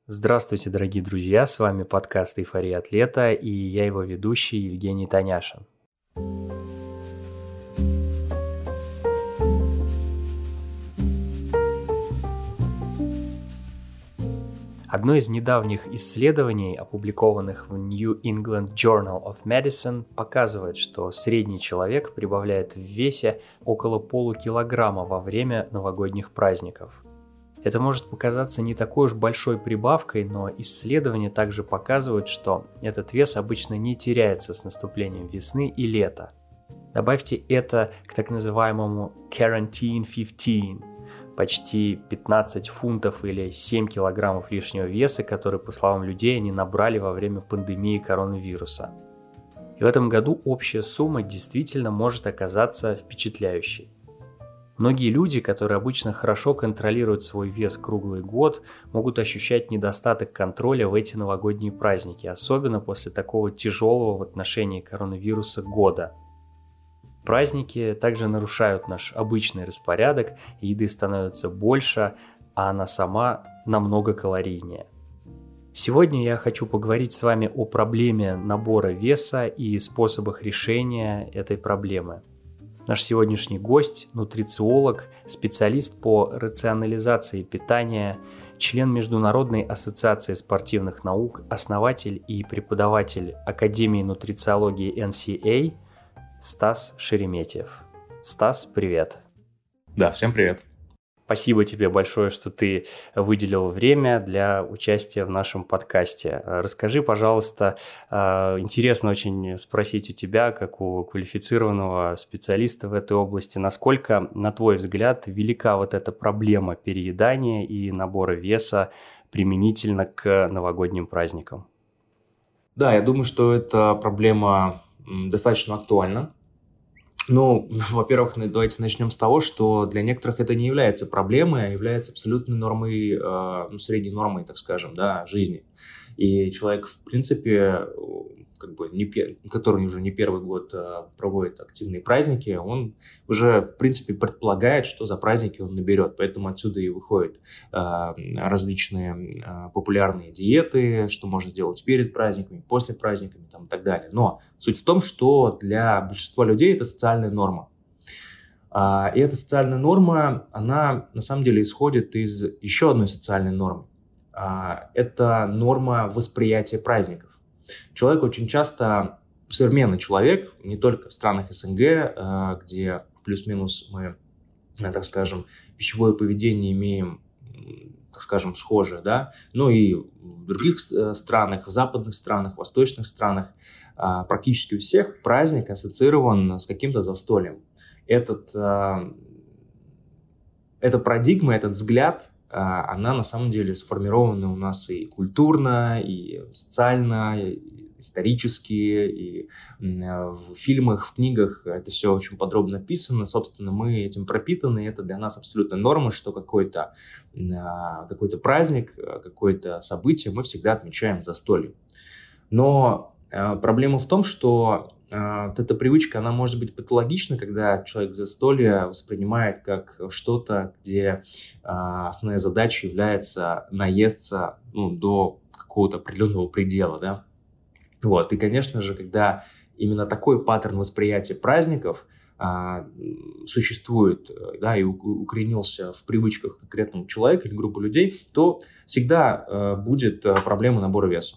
Здравствуйте, дорогие друзья, с вами подкаст «Эйфория атлета» и я его ведущий Евгений Таняшин. Одно из недавних исследований, опубликованных в New England Journal of Medicine, показывает, что средний человек прибавляет в весе около полукилограмма во время новогодних праздников. Это может показаться не такой уж большой прибавкой, но исследования также показывают, что этот вес обычно не теряется с наступлением весны и лета. Добавьте это к так называемому Quarantine 15, почти 15 фунтов или 7 килограммов лишнего веса, который, по словам людей, они набрали во время пандемии коронавируса. И в этом году общая сумма действительно может оказаться впечатляющей. Многие люди, которые обычно хорошо контролируют свой вес круглый год, могут ощущать недостаток контроля в эти новогодние праздники, особенно после такого тяжелого в отношении коронавируса года. Праздники также нарушают наш обычный распорядок, еды становится больше, а она сама намного калорийнее. Сегодня я хочу поговорить с вами о проблеме набора веса и способах решения этой проблемы. Наш сегодняшний гость – нутрициолог, специалист по рационализации питания, член Международной ассоциации спортивных наук, основатель и преподаватель Академии нутрициологии NCA Стас Шереметьев. Стас, привет. Да, всем привет. Спасибо тебе большое, что ты выделил время для участия в нашем подкасте. Расскажи, пожалуйста, интересно очень спросить у тебя, как у квалифицированного специалиста в этой области, насколько, на твой взгляд, велика вот эта проблема переедания и набора веса применительно к новогодним праздникам? Да, я думаю, что эта проблема достаточно актуальна. Ну, во-первых, давайте начнем с того, что для некоторых это не является проблемой, а является абсолютной нормой, средней нормой, так скажем, да, жизни. И человек, в принципе, который уже не первый год проводит активные праздники, он уже, в принципе, предполагает, что за праздники он наберет. Поэтому отсюда и выходят различные популярные диеты, что можно сделать перед праздниками, после праздников и так далее. Но суть в том, что для большинства людей это социальная норма. И эта социальная норма, она на самом деле исходит из еще одной социальной нормы. Это норма восприятия праздников. Человек очень часто, современный человек, не только в странах СНГ, где плюс-минус мы, так скажем, пищевое поведение имеем, так скажем, схожее, да, но и в других странах, в западных странах, в восточных странах, практически у всех праздник ассоциирован с каким-то застольем. Эта парадигма, этот взгляд, она на самом деле сформирована у нас и культурно, и социально, и исторически, и в фильмах, в книгах это все очень подробно описано. Собственно, мы этим пропитаны, и это для нас абсолютно норма, что какой-то праздник, какое-то событие мы всегда отмечаем застольем. Но проблема в том, что вот эта привычка, она может быть патологична, когда человек застолье воспринимает как что-то, где основная задача является наесться до какого-то определенного предела, да. Вот. И, конечно же, когда именно такой паттерн восприятия праздников существует, да, и укоренился в привычках конкретного человека или группы людей, то всегда будет проблема набора веса.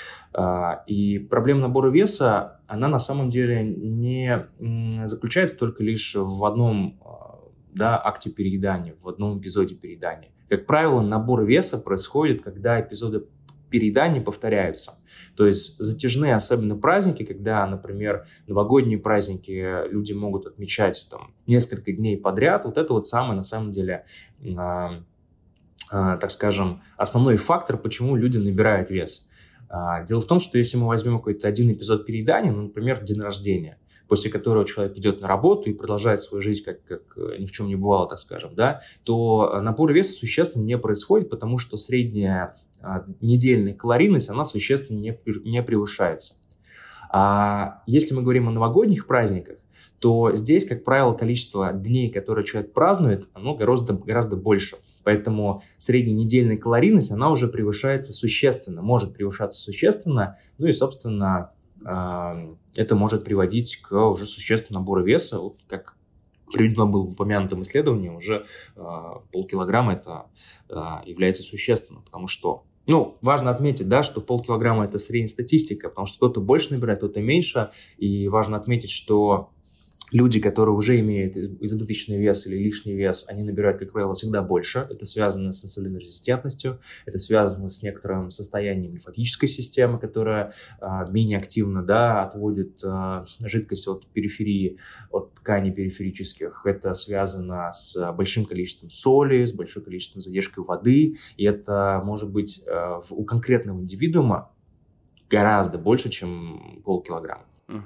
И проблема набора веса, она на самом деле не заключается только лишь в одном, да, акте переедания, в одном эпизоде переедания. Как правило, набор веса происходит, когда эпизоды переедания повторяются. То есть затяжные, особенно праздники, когда, например, новогодние праздники люди могут отмечать там несколько дней подряд, вот это вот самый, на самом деле, так скажем, основной фактор, почему люди набирают вес. Дело в том, что если мы возьмем какой-то один эпизод переедания, например, день рождения, после которого человек идет на работу и продолжает свою жизнь, как ни в чем не бывало, так скажем, да, то набор веса существенно не происходит, потому что средняя недельная калорийность, она существенно не превышается. А если мы говорим о новогодних праздниках, то здесь, как правило, количество дней, которые человек празднует, оно гораздо больше. Поэтому средненедельная калорийность, она уже превышается существенно, может превышаться существенно, ну и, собственно, это может приводить к уже существенному набору веса, вот как приведено было в упомянутом исследовании, уже полкилограмма это является существенным, потому что, важно отметить, да, что полкилограмма это среднестатистика, потому что кто-то больше набирает, кто-то меньше, и важно отметить, что люди, которые уже имеют избыточный вес или лишний вес, они набирают, как правило, всегда больше. Это связано с инсулинорезистентностью, это связано с некоторым состоянием лимфатической системы, которая менее активно, да, отводит жидкость от периферии, от тканей периферических. Это связано с большим количеством соли, с большим количеством задержкой воды. И это может быть у конкретного индивидуума гораздо больше, чем полкилограмма.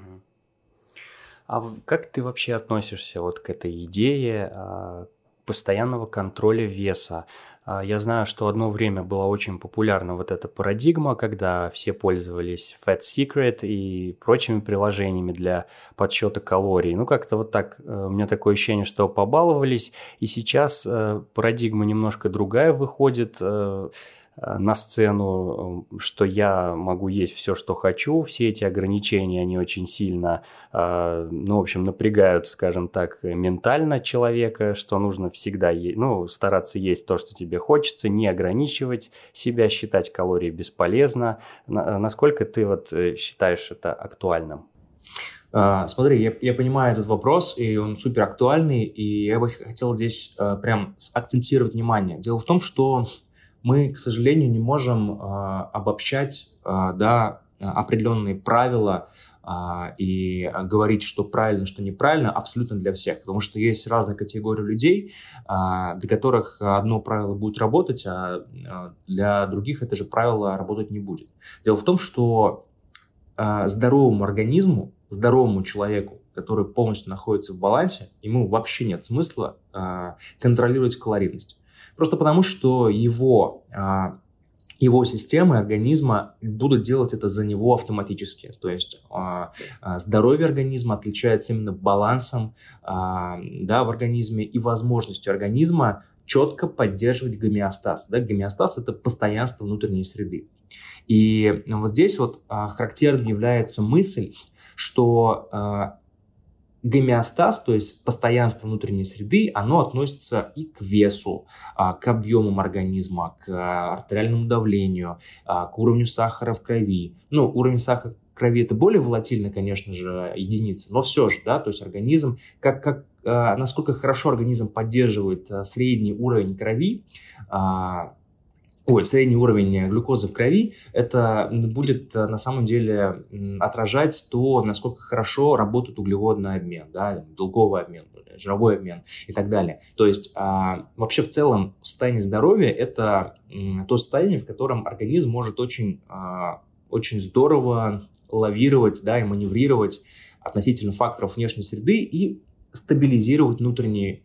А как ты вообще относишься вот к этой идее постоянного контроля веса? Я знаю, что одно время была очень популярна вот эта парадигма, когда все пользовались Fat Secret и прочими приложениями для подсчета калорий. Как-то вот так, у меня такое ощущение, что побаловались, и сейчас парадигма немножко другая выходит на сцену, что я могу есть все, что хочу. Все эти ограничения, они очень сильно, напрягают, скажем так, ментально человека, что нужно всегда стараться есть то, что тебе хочется, не ограничивать себя, считать калории бесполезно. Насколько ты считаешь это актуальным? Смотри, я понимаю этот вопрос, и он супер актуальный, и я бы хотел здесь прям акцентировать внимание. Дело в том, что мы, к сожалению, не можем обобщать определенные правила и говорить, что правильно, что неправильно, абсолютно для всех. Потому что есть разные категории людей, для которых одно правило будет работать, а для других это же правило работать не будет. Дело в том, что здоровому организму, здоровому человеку, который полностью находится в балансе, ему вообще нет смысла контролировать калорийность. Просто потому, что его системы организма будут делать это за него автоматически. То есть здоровье организма отличается именно балансом в организме и возможностью организма четко поддерживать гомеостаз. Да? Гомеостаз – это постоянство внутренней среды. И вот здесь характерной является мысль, что гомеостаз, то есть постоянство внутренней среды, оно относится и к весу, к объемам организма, к артериальному давлению, к уровню сахара в крови. Уровень сахара в крови – это более волатильная, конечно же, единица, но все же, да, то есть организм, насколько хорошо организм поддерживает средний уровень крови, средний уровень глюкозы в крови, это будет на самом деле отражать то, насколько хорошо работает углеводный обмен, да, белковый обмен, жировой обмен и так далее. То есть вообще в целом состояние здоровья – это то состояние, в котором организм может очень здорово лавировать, да, и маневрировать относительно факторов внешней среды и стабилизировать внутреннюю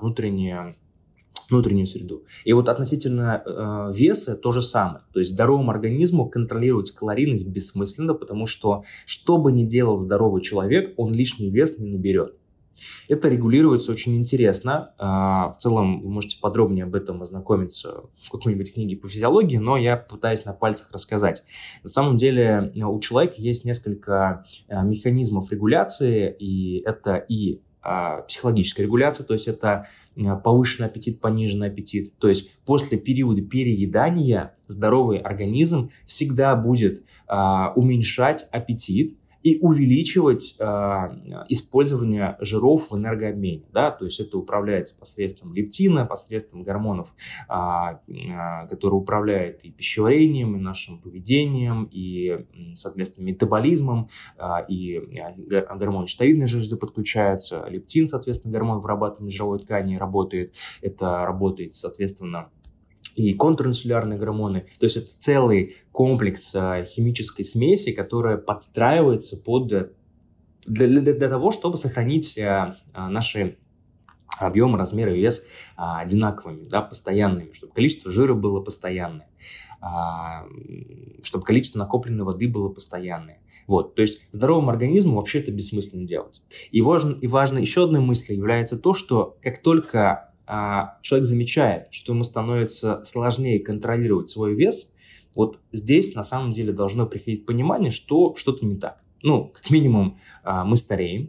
среду. И относительно веса то же самое. То есть здоровому организму контролировать калорийность бессмысленно, потому что бы ни делал здоровый человек, он лишний вес не наберет. Это регулируется очень интересно. В целом вы можете подробнее об этом ознакомиться в какой-нибудь книге по физиологии, но я пытаюсь на пальцах рассказать. На самом деле у человека есть несколько механизмов регуляции, и это и психологическая регуляция, то есть это повышенный аппетит, пониженный аппетит. То есть после периода переедания здоровый организм всегда будет уменьшать аппетит и увеличивать использование жиров в энергообмене. Да? То есть это управляется посредством лептина, посредством гормонов, которые управляют и пищеварением, и нашим поведением, и, соответственно, метаболизмом, и гормоны щитовидной железы подключаются, лептин, соответственно, гормон вырабатываемый жировой ткани работает, это работает, соответственно, и контринсулярные гормоны. То есть это целый комплекс химической смеси, которая подстраивается для того, чтобы сохранить наши объемы, размеры и вес одинаковыми, да, постоянными, чтобы количество жира было постоянное, чтобы количество накопленной воды было постоянное. Вот, то есть здоровому организму вообще это бессмысленно делать. И важно еще одной мыслью является то, что как только человек замечает, что ему становится сложнее контролировать свой вес, вот здесь на самом деле должно приходить понимание, что что-то не так. Ну, как минимум, мы стареем.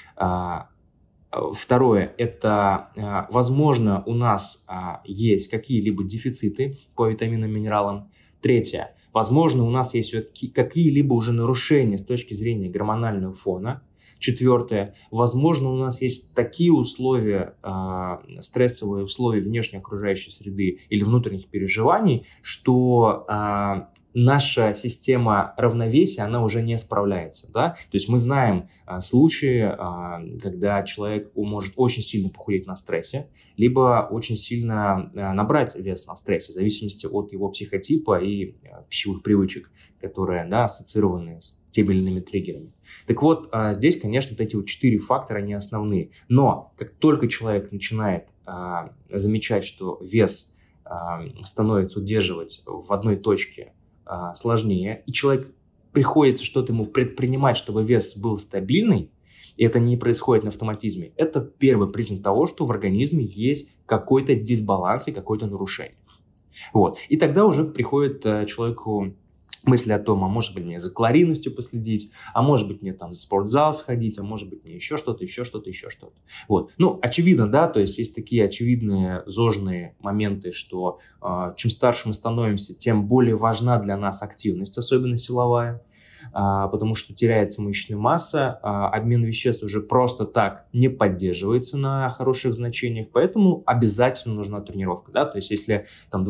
Второе, это, возможно, у нас есть какие-либо дефициты по витаминам, минералам. Третье, возможно, у нас есть какие-либо уже нарушения с точки зрения гормонального фона. Четвертое, возможно, у нас есть такие условия, стрессовые условия внешней окружающей среды или внутренних переживаний, что наша система равновесия, она уже не справляется, да? То есть мы знаем случаи, когда человек может очень сильно похудеть на стрессе, либо очень сильно набрать вес на стрессе, в зависимости от его психотипа и пищевых привычек, которые, да, ассоциированы с теми или иными триггерами. Так вот, здесь, конечно, вот эти вот 4 фактора, они основные. Но как только человек начинает замечать, что вес становится удерживать в одной точке сложнее, и человек приходится что-то ему предпринимать, чтобы вес был стабильный, и это не происходит на автоматизме, это первый признак того, что в организме есть какой-то дисбаланс и какое-то нарушение. Вот. И тогда уже приходит человеку мысли о том, а может быть мне за калорийностью последить, а может быть мне там в спортзал сходить, а может быть мне еще что-то. Вот. Ну, очевидно, да, то есть есть такие очевидные зожные моменты, что чем старше мы становимся, тем более важна для нас активность, особенно силовая, потому что теряется мышечная масса, обмен веществ уже просто так не поддерживается на хороших значениях, поэтому обязательно нужна тренировка, да, то есть если там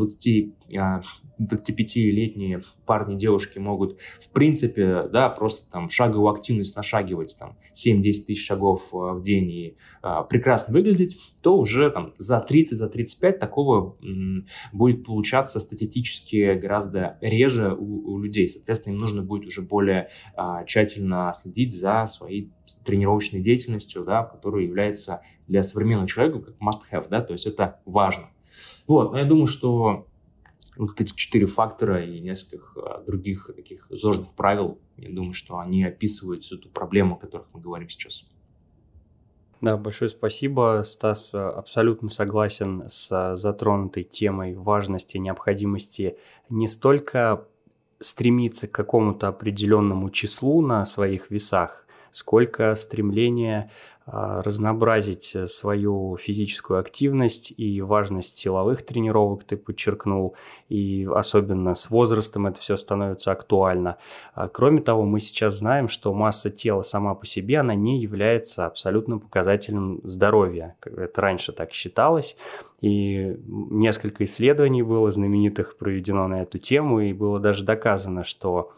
25-летние парни, девушки могут в принципе, да, просто там шаговую активность нашагивать там 7-10 тысяч шагов в день и прекрасно выглядеть, то уже там за 30-35 такого будет получаться статистически гораздо реже у людей, соответственно, им нужно будет уже более тщательно следить за своей тренировочной деятельностью, да, которая является для современного человека как must-have, да, то есть это важно. Вот, но я думаю, что вот эти 4 фактора и несколько других таких зожных правил, я думаю, что они описывают всю ту проблему, о которой мы говорим сейчас. Да, большое спасибо, Стас. Абсолютно согласен с затронутой темой важности, необходимости не столько стремиться к какому-то определенному числу на своих весах, сколько стремление разнообразить свою физическую активность и важность силовых тренировок ты подчеркнул, и особенно с возрастом это все становится актуально. Кроме того, мы сейчас знаем, что масса тела сама по себе, она не является абсолютным показателем здоровья. Это раньше так считалось, и несколько исследований было знаменитых проведено на эту тему, и было даже доказано, что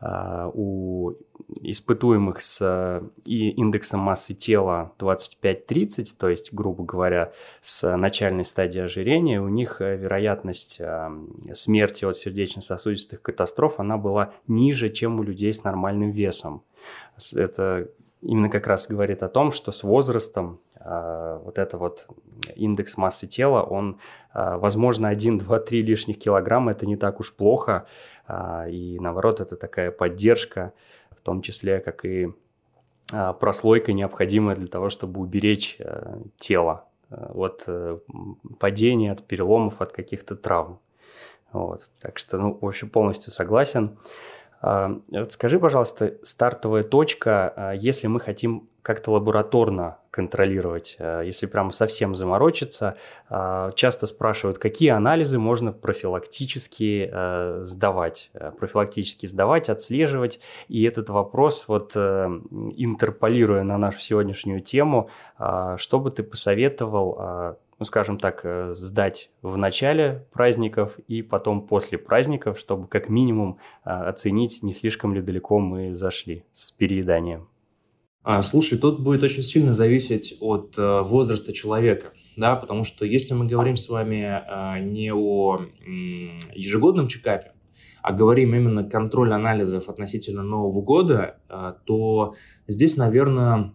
у испытуемых с индексом массы тела 25-30, то есть, грубо говоря, с начальной стадии ожирения, у них вероятность смерти от сердечно-сосудистых катастроф, она была ниже, чем у людей с нормальным весом. Это именно как раз говорит о том, что с возрастом вот это вот индекс массы тела, он, возможно, 1, 2, 3 лишних килограмма, это не так уж плохо, и наоборот, это такая поддержка, в том числе, как и прослойка, необходимая для того, чтобы уберечь тело от падения, от переломов, от каких-то травм. Вот. Так что, ну, в общем, полностью согласен. Скажи, пожалуйста, стартовая точка, если мы хотим как-то лабораторно контролировать, если прямо совсем заморочиться, часто спрашивают, какие анализы можно профилактически сдавать, отслеживать, и этот вопрос, вот интерполируя на нашу сегодняшнюю тему, что бы ты посоветовал, ну, скажем так, сдать в начале праздников и потом после праздников, чтобы как минимум оценить, не слишком ли далеко мы зашли с перееданием? Слушай, тут будет очень сильно зависеть от возраста человека, да, потому что если мы говорим с вами не о ежегодном чекапе, а говорим именно контроль анализов относительно Нового года, то здесь, наверное,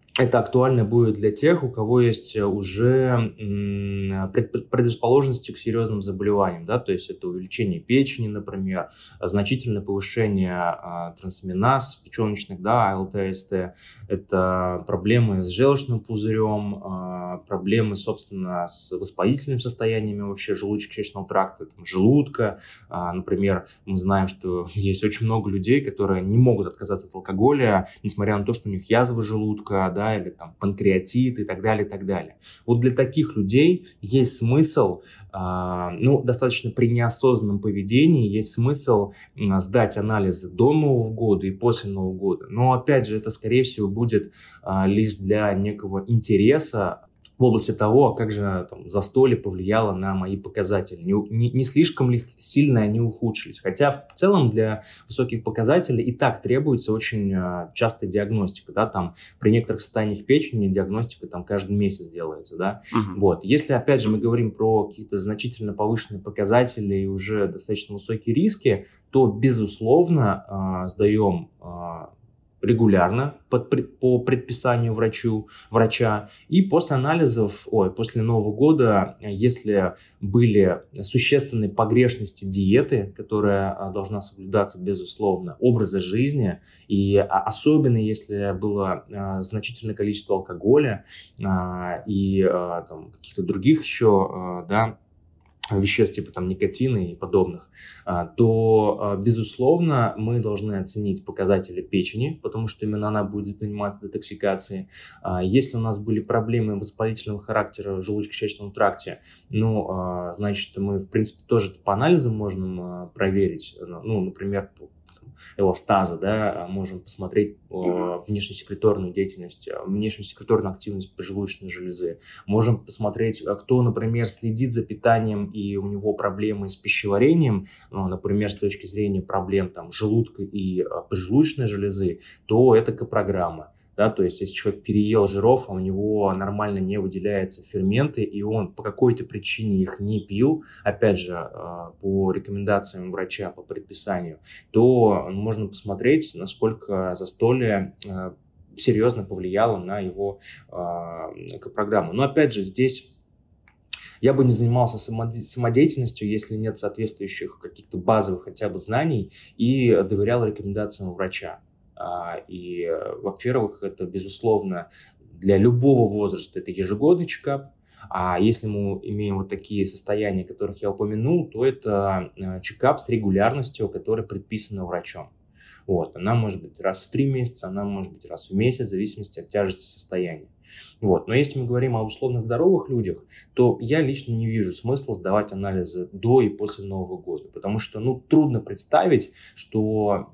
это актуально будет для тех, у кого есть уже предрасположенности к серьезным заболеваниям, да, то есть это увеличение печени, например, значительное повышение трансаминаз печеночных, да, АЛТ, АСТ, это проблемы с желчным пузырем, проблемы, собственно, с воспалительными состояниями вообще желудочно-кишечного тракта, там, желудка, например, мы знаем, что есть очень много людей, которые не могут отказаться от алкоголя, несмотря на то, что у них язва желудка, да, или там панкреатит и так далее, и так далее. Вот для таких людей есть смысл, достаточно при неосознанном поведении, есть смысл сдать анализы до Нового года и после Нового года. Но, опять же, это, скорее всего, будет лишь для некого интереса в области того, как же там, застолье повлияло на мои показатели. Не слишком ли сильно они ухудшились. Хотя в целом для высоких показателей и так требуется очень частая диагностика. Да? Там, при некоторых состояниях печени диагностика там, каждый месяц делается. Да? Вот. Если, опять же, мы говорим про какие-то значительно повышенные показатели и уже достаточно высокие риски, то, безусловно, сдаем регулярно по предписанию врача. И после анализов, после Нового года, если были существенные погрешности диеты, которая должна соблюдаться, безусловно, образа жизни, и особенно если было значительное количество алкоголя и там, каких-то других еще, веществ типа там никотина и подобных, то, безусловно, мы должны оценить показатели печени, потому что именно она будет заниматься детоксикацией. Если у нас были проблемы воспалительного характера в желудочно-кишечном тракте, значит, мы, в принципе, тоже по анализам можем проверить, например, эластаза, да, можем посмотреть внешнесекреторную деятельность, внешнесекреторную активность поджелудочной железы. Можем посмотреть, кто, например, следит за питанием и у него проблемы с пищеварением, например, с точки зрения проблем там, желудка и поджелудочной железы, то это капрограмма. Да, то есть, если человек переел жиров, а у него нормально не выделяются ферменты, и он по какой-то причине их не пил, опять же, по рекомендациям врача, по предписанию, то можно посмотреть, насколько застолье серьезно повлияло на его капрограмму. Но, опять же, здесь я бы не занимался самодеятельностью, если нет соответствующих каких-то базовых хотя бы знаний, и доверял рекомендациям врача. И, во-первых, это, безусловно, для любого возраста это ежегодный чекап. А если мы имеем вот такие состояния, которых я упомянул, то это чекап с регулярностью, которая предписана врачом. Вот. Она может быть раз в 3 месяца, она может быть раз в месяц, в зависимости от тяжести состояния. Вот. Но если мы говорим о условно здоровых людях, то я лично не вижу смысла сдавать анализы до и после Нового года. Потому что трудно представить, что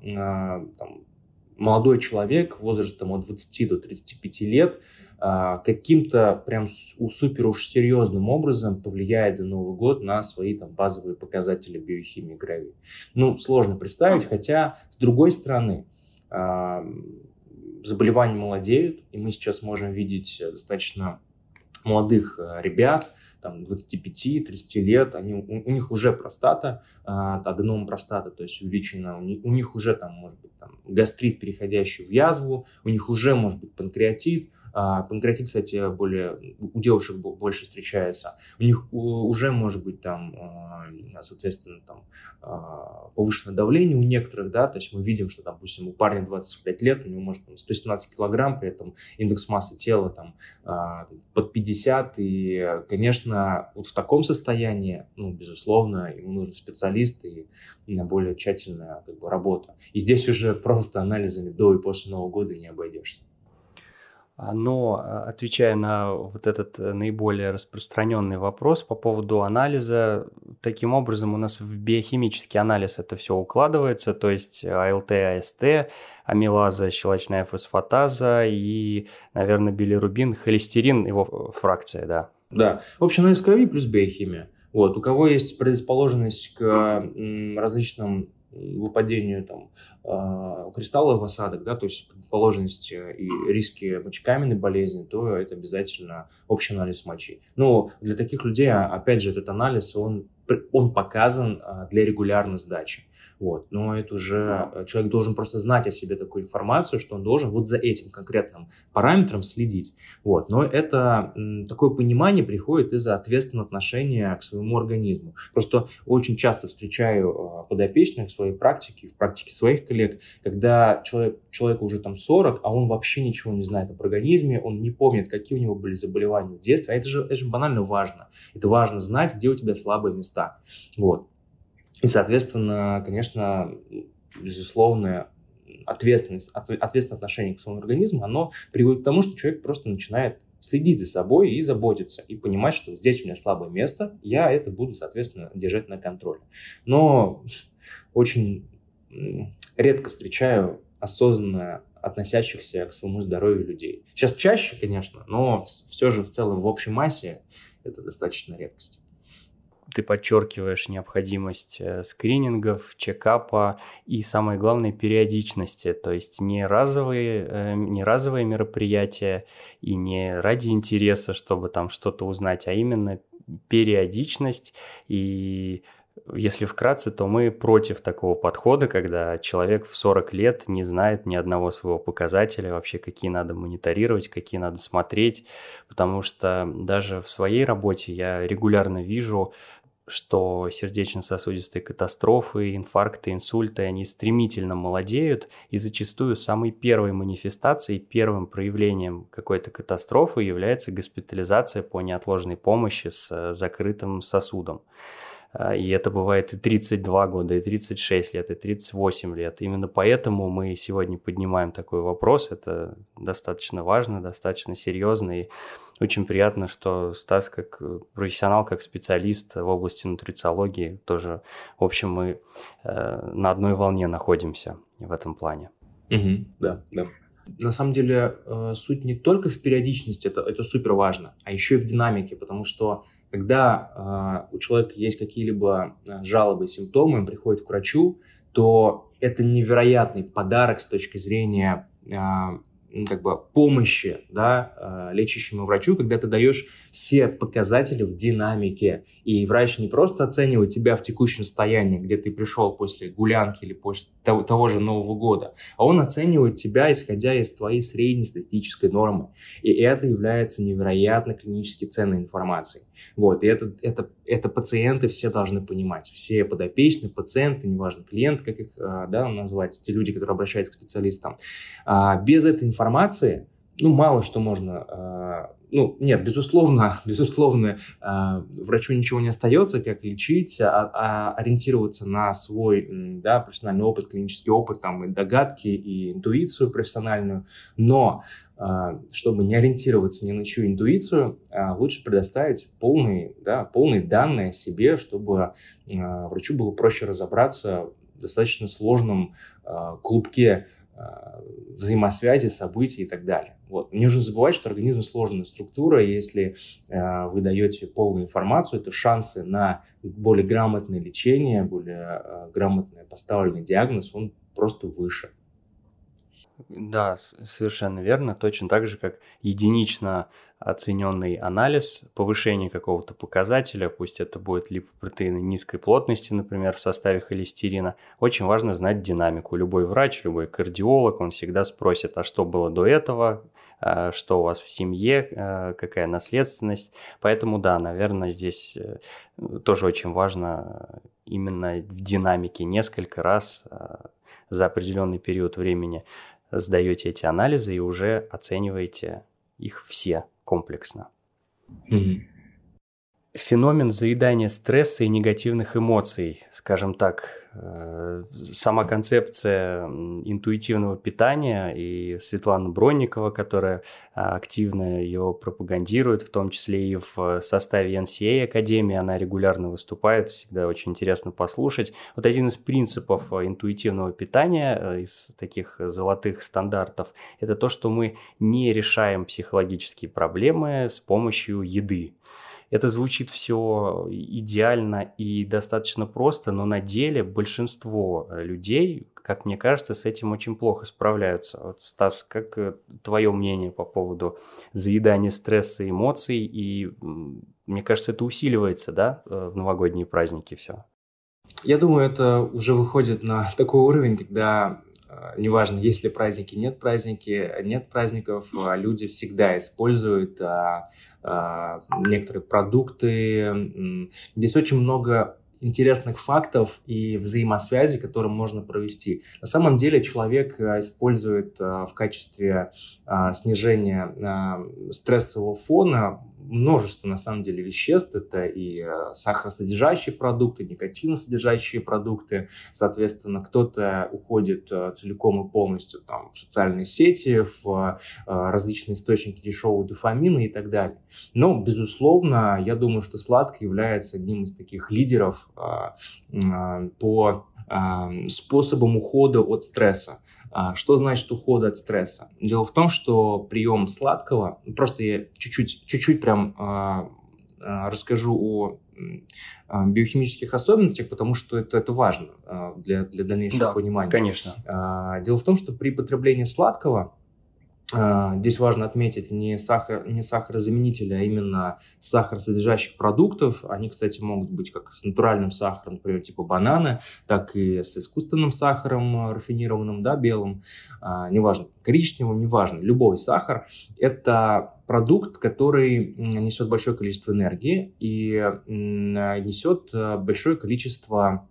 молодой человек возрастом от 20 до 35 лет каким-то прям супер уж серьезным образом повлияет за Новый год на свои там базовые показатели биохимии крови. Сложно представить, хотя, с другой стороны, заболевания молодеют, и мы сейчас можем видеть достаточно молодых ребят, там 25-30 лет, у них уже простата, аденома простаты, то есть увеличена, у них уже там может быть там, гастрит, переходящий в язву, у них уже может быть панкреатит. Панкреатит, кстати, у девушек больше встречается. У них уже может быть там, соответственно, там, повышенное давление у некоторых, да, то есть мы видим, что, допустим, у парня 25 лет, у него может 117 килограмм, при этом индекс массы тела там под 50, и, конечно, вот в таком состоянии, безусловно, ему нужен специалист и более тщательная работа. И здесь уже просто анализами до и после Нового года не обойдешься. Но, отвечая на вот этот наиболее распространенный вопрос по поводу анализа, таким образом у нас в биохимический анализ это все укладывается, то есть АЛТ, АСТ, амилаза, щелочная фосфатаза и, наверное, билирубин, холестерин, его фракция, да. Да, в общем, анализ крови плюс биохимия. Вот. У кого есть предрасположенность к различным выпадению кристаллов в осадок, да, то есть предрасположенность и риски мочекаменной болезни, то это обязательно общий анализ мочи. Но для таких людей, опять же, этот анализ, он показан для регулярной сдачи. Вот. Но это уже человек должен просто знать о себе такую информацию, что он должен вот за этим конкретным параметром следить. Вот. Но это такое понимание приходит из-за ответственного отношения к своему организму. Просто очень часто встречаю подопечных в своей практике, в практике своих коллег, когда человеку уже там 40, а он вообще ничего не знает об организме, он не помнит, какие у него были заболевания в детстве. А это же банально важно. Это важно знать, где у тебя слабые места. Вот. И, соответственно, конечно, безусловное ответственное отношение к своему организму, оно приводит к тому, что человек просто начинает следить за собой и заботиться, и понимать, что здесь у меня слабое место, я это буду, соответственно, держать на контроле. Но очень редко встречаю осознанно относящихся к своему здоровью людей. Сейчас чаще, конечно, но все же в целом в общей массе это достаточно редкость. Ты подчеркиваешь необходимость скринингов, чекапа и, самое главное, периодичности. То есть не разовые мероприятия и не ради интереса, чтобы там что-то узнать, а именно периодичность. И если вкратце, то мы против такого подхода, когда человек в 40 лет не знает ни одного своего показателя, вообще какие надо мониторировать, какие надо смотреть, потому что даже в своей работе я регулярно вижу, что сердечно-сосудистые катастрофы, инфаркты, инсульты, они стремительно молодеют, и зачастую самой первой манифестацией, первым проявлением какой-то катастрофы является госпитализация по неотложной помощи с закрытым сосудом. И это бывает и 32 года, и 36 лет, и 38 лет. Именно поэтому мы сегодня поднимаем такой вопрос. Это достаточно важно, достаточно серьезно. И очень приятно, что Стас как профессионал, как специалист в области нутрициологии тоже, в общем, мы на одной волне находимся в этом плане. Да. На самом деле суть не только в периодичности, это супер важно, а еще и в динамике, потому что когда у человека есть какие-либо жалобы, симптомы, он приходит к врачу, то это невероятный подарок с точки зрения помощи, да, лечащему врачу, когда ты даешь все показатели в динамике, и врач не просто оценивает тебя в текущем состоянии, где ты пришел после гулянки или после того же Нового года, а он оценивает тебя, исходя из твоей среднестатистической нормы, и это является невероятно клинически ценной информацией. Вот, и это пациенты все должны понимать, все подопечные, пациенты, неважно, клиент, как их назвать, те люди, которые обращаются к специалистам. Без этой информации, мало что можно... безусловно, врачу ничего не остается, как лечить, ориентироваться на свой профессиональный опыт, клинический опыт, и догадки, и интуицию профессиональную. Но чтобы не ориентироваться ни на чью интуицию, лучше предоставить полные данные о себе, чтобы врачу было проще разобраться в достаточно сложном клубке взаимосвязи, событий и так далее. Вот. Не нужно забывать, что организм сложная структура, и если вы даете полную информацию, то шансы на более грамотное лечение, более грамотно поставленный диагноз, он просто выше. Да, совершенно верно. Точно так же, как единично оцененный анализ повышения какого-то показателя, пусть это будет липопротеины низкой плотности, например, в составе холестерина, очень важно знать динамику. Любой врач, любой кардиолог, он всегда спросит, а что было до этого, что у вас в семье, какая наследственность. Поэтому, да, наверное, здесь тоже очень важно именно в динамике несколько раз за определенный период времени сдаете эти анализы и уже оцениваете их все комплексно. Феномен заедания стресса и негативных эмоций, скажем так, сама концепция интуитивного питания, и Светлана Бронникова, которая активно его пропагандирует, в том числе и в составе NCA Академии, она регулярно выступает, всегда очень интересно послушать. Вот один из принципов интуитивного питания, из таких золотых стандартов, это то, что мы не решаем психологические проблемы с помощью еды. Это звучит все идеально и достаточно просто, но на деле большинство людей, как мне кажется, с этим очень плохо справляются. Вот, Стас, как твое мнение по поводу заедания стресса и эмоций? И мне кажется, это усиливается, да, в новогодние праздники все? Я думаю, это уже выходит на такой уровень, когда неважно, есть ли праздники, нет праздников, люди всегда используют некоторые продукты. Здесь очень много интересных фактов и взаимосвязей, которые можно провести. На самом деле человек использует в качестве снижения стрессового фона множество, на самом деле, веществ. Это и сахаросодержащие продукты, никотиносодержащие продукты. Соответственно, кто-то уходит целиком и полностью там, в социальные сети, в различные источники дешевого дофамина и так далее. Но, безусловно, я думаю, что сладкое является одним из таких лидеров по способам ухода от стресса. Что значит уход от стресса? Дело в том, что прием сладкого, просто я чуть-чуть прям расскажу о биохимических особенностях, потому что это важно для дальнейшего понимания. Конечно. Дело в том, что при потреблении сладкого, здесь важно отметить не сахарозаменители, а именно сахаросодержащих продуктов. Они, кстати, могут быть как с натуральным сахаром, например, типа банана, так и с искусственным сахаром, рафинированным, да, белым, неважно, коричневым, неважно. Любой сахар – это продукт, который несет большое количество энергии и несет большое количество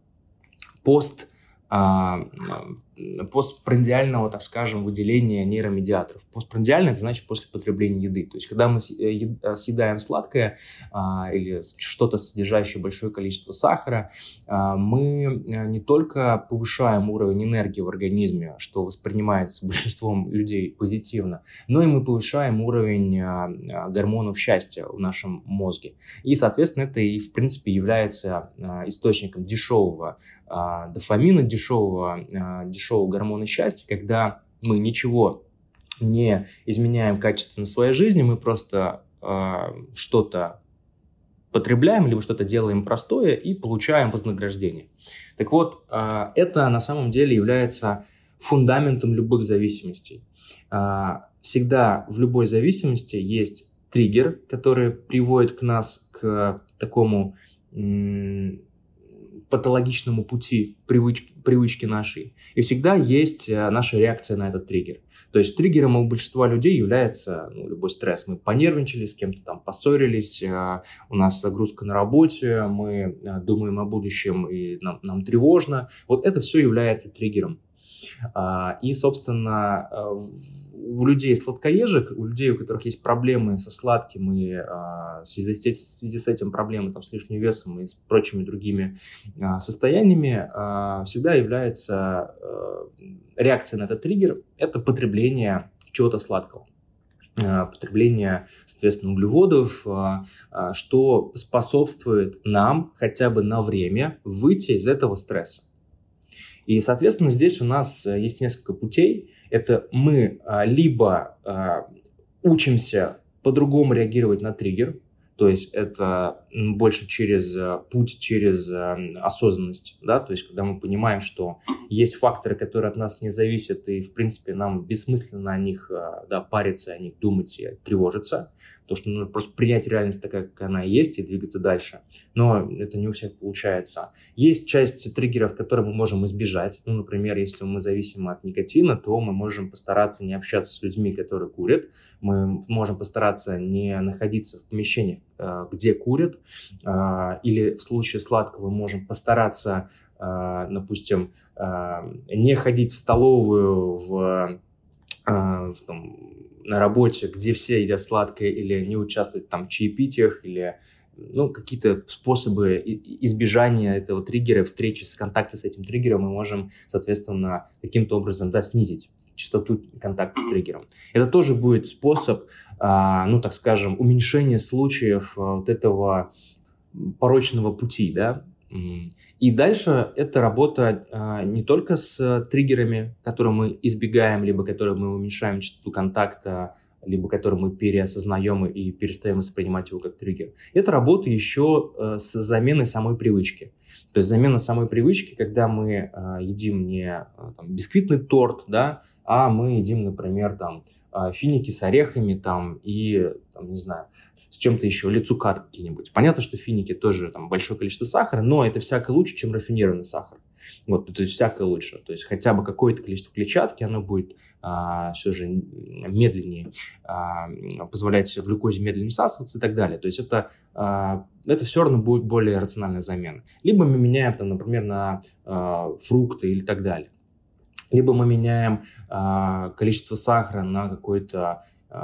постпрандиального, так скажем, выделения нейромедиаторов. Постпрандиально – это значит после потребления еды. То есть, когда мы съедаем сладкое или что-то, содержащее большое количество сахара, мы не только повышаем уровень энергии в организме, что воспринимается большинством людей позитивно, но и мы повышаем уровень гормонов счастья в нашем мозге. И, соответственно, это и, в принципе, является источником дешевого дофамина, дешевого гормона счастья, когда мы ничего не изменяем качественно своей жизни, мы просто что-то потребляем, либо что-то делаем простое и получаем вознаграждение. Так вот, это на самом деле является фундаментом любых зависимостей. Всегда в любой зависимости есть триггер, который приводит к нас к такому патологичному пути привычки нашей. И всегда есть наша реакция на этот триггер. То есть триггером у большинства людей является любой стресс. Мы понервничали, с кем-то там поссорились, у нас загрузка на работе, мы думаем о будущем и нам тревожно. Вот это все является триггером. И, собственно, у людей сладкоежек, у людей, у которых есть проблемы со сладким и в связи с этим проблемы там, с лишним весом и с прочими другими состояниями, всегда является реакция на этот триггер – это потребление чего-то сладкого. Потребление, соответственно, углеводов, что способствует нам хотя бы на время выйти из этого стресса. И, соответственно, здесь у нас есть несколько путей. Это мы либо учимся по-другому реагировать на триггер, то есть это больше через осознанность, да, то есть когда мы понимаем, что есть факторы, которые от нас не зависят, и, в принципе, нам бессмысленно о них париться, о них думать и тревожиться, потому что нужно просто принять реальность такая, как она есть, и двигаться дальше. Но это не у всех получается. Есть часть триггеров, которые мы можем избежать. Например, если мы зависимы от никотина, то мы можем постараться не общаться с людьми, которые курят. Мы можем постараться не находиться в помещениях, где курят. Или в случае сладкого мы можем постараться, допустим, не ходить в столовую на работе, где все едят сладкое, или не участвовать там в чаепитиях, или какие-то способы избежания этого триггера, встречи, контакта с этим триггером мы можем, соответственно, каким-то образом снизить частоту контакта с триггером. Это тоже будет способ, так скажем, уменьшения случаев вот этого порочного пути, да. И дальше это работа не только с триггерами, которые мы избегаем, либо которые мы уменьшаем частоту контакта, либо которые мы переосознаем и перестаем воспринимать его как триггер. Это работа еще с заменой самой привычки. То есть замена самой привычки, когда мы едим не бисквитный торт, да, а мы едим, например, финики с орехами и, не знаю, с чем-то еще, или цукат какие-нибудь. Понятно, что финики тоже там большое количество сахара, но это всяко лучше, чем рафинированный сахар. Вот, то есть всяко лучше. То есть хотя бы какое-то количество клетчатки, оно будет все же медленнее позволять глюкозе медленнее всасываться и так далее. То есть это все равно будет более рациональная замена. Либо мы меняем, там, например, на фрукты или так далее. Либо мы меняем количество сахара на какое-то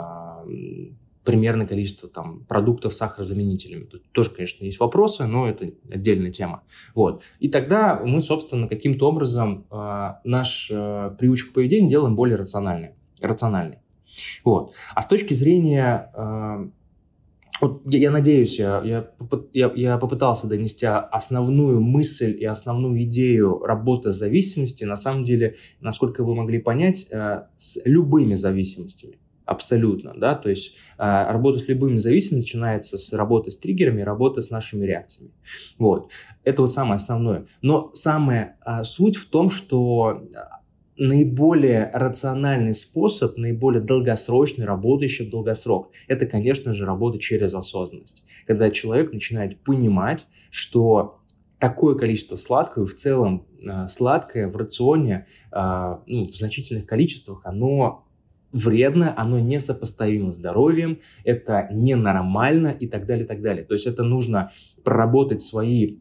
примерное количество там, продуктов с сахарозаменителями. Тут тоже, конечно, есть вопросы, но это отдельная тема. Вот. И тогда мы, собственно, каким-то образом нашу привычку поведения делаем более рациональной. Вот. А с точки зрения... Вот я надеюсь, я попытался донести основную мысль и основную идею работы с зависимостью, на самом деле, насколько вы могли понять, с любыми зависимостями. Абсолютно, да, то есть работа с любыми зависимостями начинается с работы с триггерами, работы с нашими реакциями. Вот, это вот самое основное. Но самая суть в том, что наиболее рациональный способ, наиболее долгосрочный, работающий в долгосрок, это, конечно же, работа через осознанность. Когда человек начинает понимать, что такое количество сладкого, и в целом сладкое в рационе в значительных количествах, оно вредно, оно несопоставимо с здоровьем, это ненормально и так далее, и так далее. То есть это нужно проработать свою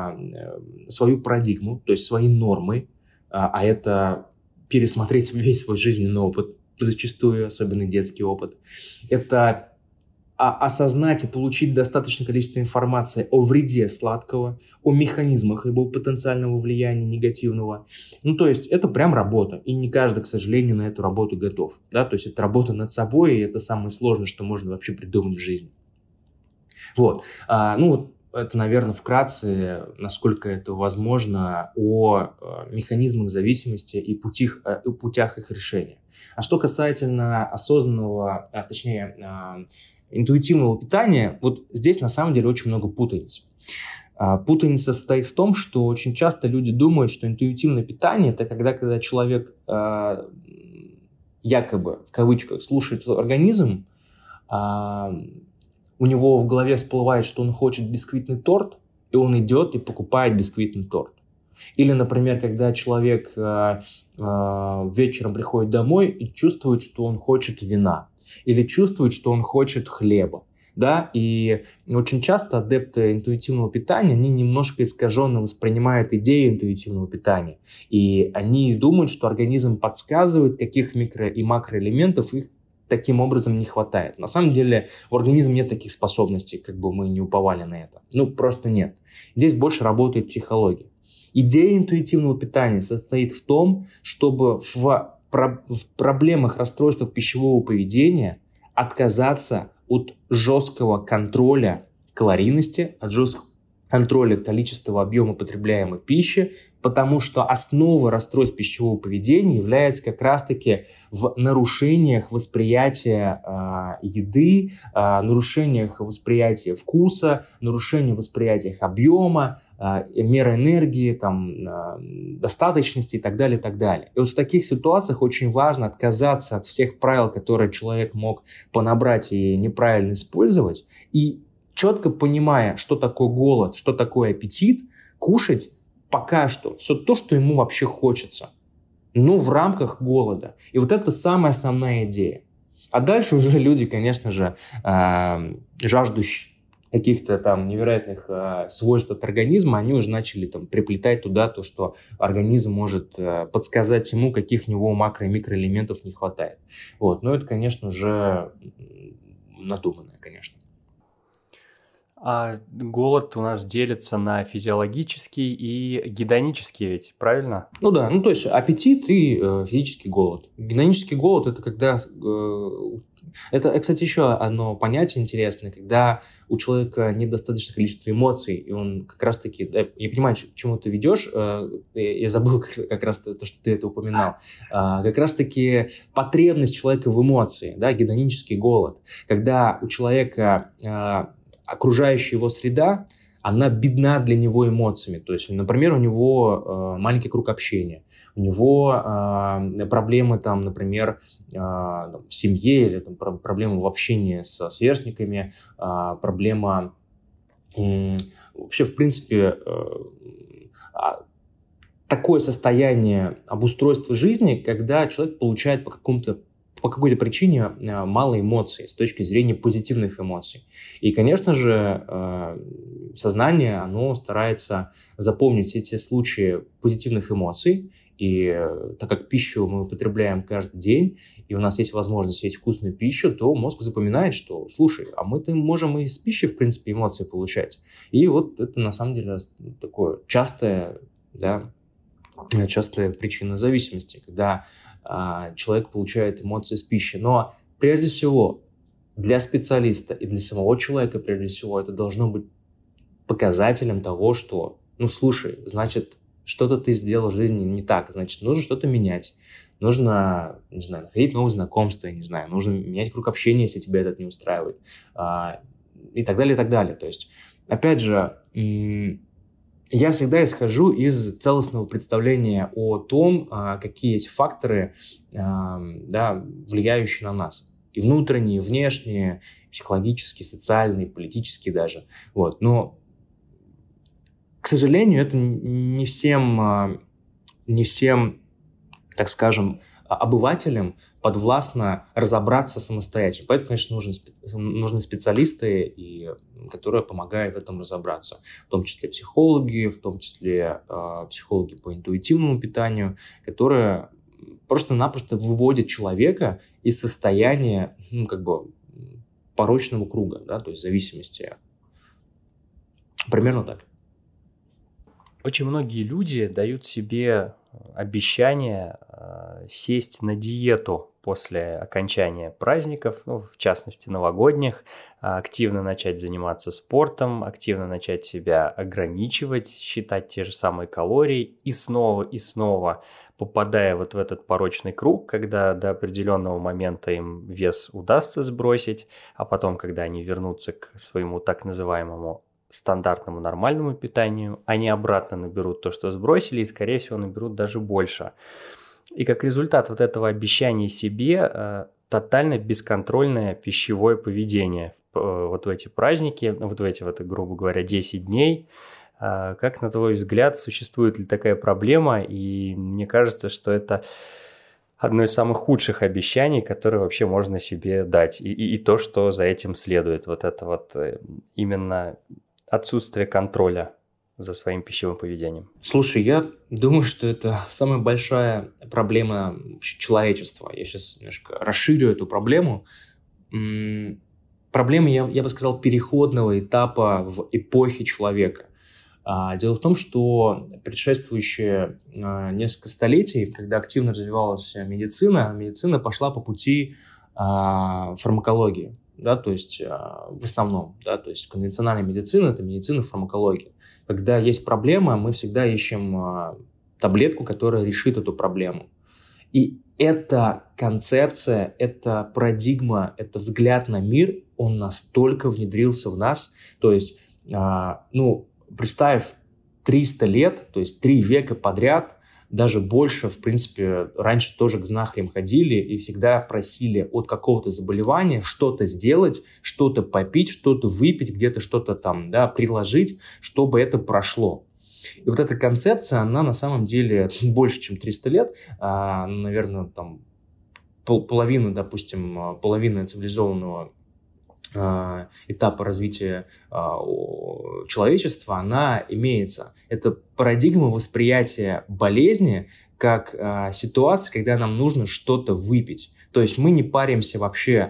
парадигму, то есть свои нормы, а это пересмотреть весь свой жизненный опыт, зачастую, особенно детский опыт. Это осознать и получить достаточное количество информации о вреде сладкого, о механизмах его потенциального влияния негативного. То есть это прям работа. И не каждый, к сожалению, на эту работу готов. Да? То есть это работа над собой, и это самое сложное, что можно вообще придумать в жизни. Вот. Это, наверное, вкратце, насколько это возможно, о механизмах зависимости и путях их решения. А что касательно осознанного, интуитивного питания, вот здесь на самом деле очень много путаницы. Путаница состоит в том, что очень часто люди думают, что интуитивное питание – это когда человек якобы, в кавычках, слушает организм, у него в голове всплывает, что он хочет бисквитный торт, и он идет и покупает бисквитный торт. Или, например, когда человек вечером приходит домой и чувствует, что он хочет вина, или чувствует, что он хочет хлеба. Да? И очень часто адепты интуитивного питания, они немножко искаженно воспринимают идею интуитивного питания. И они думают, что организм подсказывает, каких микро- и макроэлементов их таким образом не хватает. На самом деле у организма нет таких способностей, как бы мы не уповали на это. Просто нет. Здесь больше работает психология. Идея интуитивного питания состоит в том, чтобы в проблемах, расстройствах пищевого поведения отказаться от жесткого контроля калорийности, от жесткого контроля количества объема потребляемой пищи, потому что основа расстройств пищевого поведения является как раз-таки в нарушениях восприятия еды, нарушениях восприятия вкуса, нарушениях восприятия объема, меры энергии, достаточности и так далее, и так далее. И вот в таких ситуациях очень важно отказаться от всех правил, которые человек мог понабрать и неправильно использовать, и четко понимая, что такое голод, что такое аппетит, кушать пока что все то, что ему вообще хочется, но в рамках голода. И вот это самая основная идея. А дальше уже люди, конечно же, жаждущие каких-то невероятных свойств от организма, они уже начали приплетать туда то, что организм может подсказать ему, каких у него макро- и микроэлементов не хватает. Вот. Но это, конечно же, надуманное, конечно. А голод у нас делится на физиологический и гедонический ведь, правильно? Да, то есть аппетит и физический голод. Гедонический голод – это когда… Это, кстати, еще одно понятие интересное, когда у человека недостаточное количество эмоций, и он как раз-таки… Я понимаю, к чему ты ведешь, я забыл как раз то, что ты это упоминал. Как раз-таки потребность человека в эмоции, да, гедонический голод. Когда у человека… окружающая его среда, она бедна для него эмоциями. То есть, например, у него маленький круг общения, у него проблемы, там, например, в семье или там, проблемы в общении со сверстниками, проблема вообще, в принципе, такое состояние обустройства жизни, когда человек получает по какой-то причине мало эмоций с точки зрения позитивных эмоций. И, конечно же, сознание, оно старается запомнить эти случаи позитивных эмоций. И так как пищу мы употребляем каждый день, и у нас есть возможность есть вкусную пищу, то мозг запоминает, что, слушай, а мы-то можем и из пищи, в принципе, эмоции получать. И вот это, на самом деле, такое частая причина зависимости, когда человек получает эмоции с пищи. Но прежде всего для специалиста и для самого человека, прежде всего, это должно быть показателем того, что, слушай, значит, что-то ты сделал в жизни не так, значит, нужно что-то менять. Нужно, не знаю, находить новые знакомства, не знаю, нужно менять круг общения, если тебя этот не устраивает. И так далее, и так далее. То есть, опять же, я всегда исхожу из целостного представления о том, какие есть факторы, влияющие на нас. И внутренние, и внешние, психологические, социальные, политические даже. Вот. Но, к сожалению, это не всем, так скажем, обывателям подвластно разобраться самостоятельно. Поэтому, конечно, нужны специалисты, которые помогают в этом разобраться. В том числе психологи, в том числе психологи по интуитивному питанию, которые просто-напросто выводят человека из состояния порочного круга, то есть зависимости. Примерно так. Очень многие люди дают себе обещание сесть на диету после окончания праздников, в частности новогодних, активно начать заниматься спортом, активно начать себя ограничивать, считать те же самые калории и снова, попадая вот в этот порочный круг, когда до определенного момента им вес удастся сбросить, а потом, когда они вернутся к своему так называемому стандартному нормальному питанию, они обратно наберут то, что сбросили, и, скорее всего, наберут даже больше. И как результат вот этого обещания себе тотально бесконтрольное пищевое поведение вот в эти праздники, вот в эти, грубо говоря, 10 дней. Как, на твой взгляд, существует ли такая проблема? И мне кажется, что это одно из самых худших обещаний, которые вообще можно себе дать. И то, что за этим следует. Вот это именно отсутствие контроля за своим пищевым поведением. Слушай, я думаю, что это самая большая проблема человечества. Я сейчас немножко расширю эту проблему. Проблема, я бы сказал, переходного этапа в эпохе человека. Дело в том, что предшествующие несколько столетий, когда активно развивалась медицина пошла по пути фармакологии. То есть в основном, то есть конвенциональная медицина – это медицина фармакологии. Когда есть проблема, мы всегда ищем таблетку, которая решит эту проблему. И эта концепция, эта парадигма, это взгляд на мир, он настолько внедрился в нас. То есть, представь 300 лет, то есть 3 века подряд, даже больше, в принципе, раньше тоже к знахарям ходили и всегда просили от какого-то заболевания что-то сделать, что-то попить, что-то выпить, где-то что-то там, приложить, чтобы это прошло. И вот эта концепция, она на самом деле больше, чем 300 лет, наверное, там половина цивилизованного этапа развития человечества, она имеется. Это парадигма восприятия болезни как ситуации, когда нам нужно что-то выпить. То есть мы не паримся вообще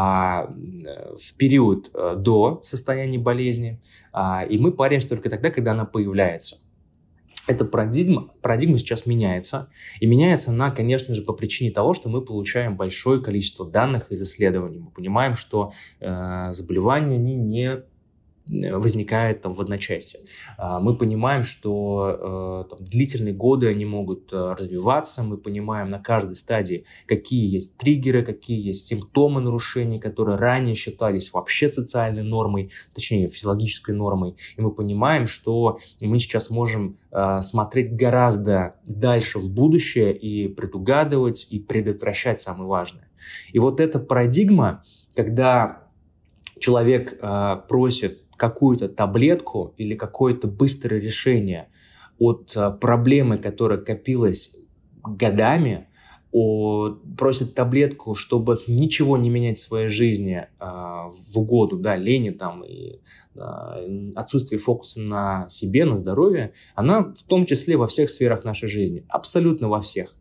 в период до состояния болезни, и мы паримся только тогда, когда она появляется. Эта парадигма сейчас меняется. И меняется она, конечно же, по причине того, что мы получаем большое количество данных из исследований. Мы понимаем, что заболевания, они возникает там в одночасье. Мы понимаем, что там, длительные годы они могут развиваться, мы понимаем на каждой стадии, какие есть триггеры, какие есть симптомы нарушений, которые ранее считались вообще социальной нормой, точнее физиологической нормой, и мы понимаем, что мы сейчас можем смотреть гораздо дальше в будущее и предугадывать, и предотвращать самое важное. И вот эта парадигма, когда человек просит какую-то таблетку или какое-то быстрое решение от проблемы, которая копилась годами, просит таблетку, чтобы ничего не менять в своей жизни в угоду, да, лени там, и отсутствие фокуса на себе, на здоровье, она в том числе во всех сферах нашей жизни, абсолютно во всех.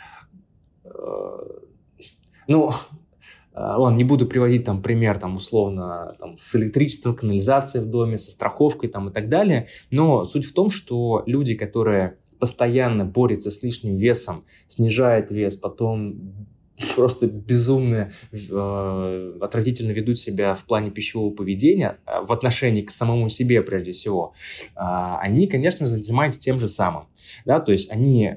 Ладно, не буду приводить там пример, там, условно, там, с электричеством, канализацией в доме, со страховкой там, и так далее, но суть в том, что люди, которые постоянно борются с лишним весом, снижают вес, потом просто безумно, отвратительно ведут себя в плане пищевого поведения, в отношении к самому себе прежде всего, они, конечно, занимаются тем же самым. Да? То есть они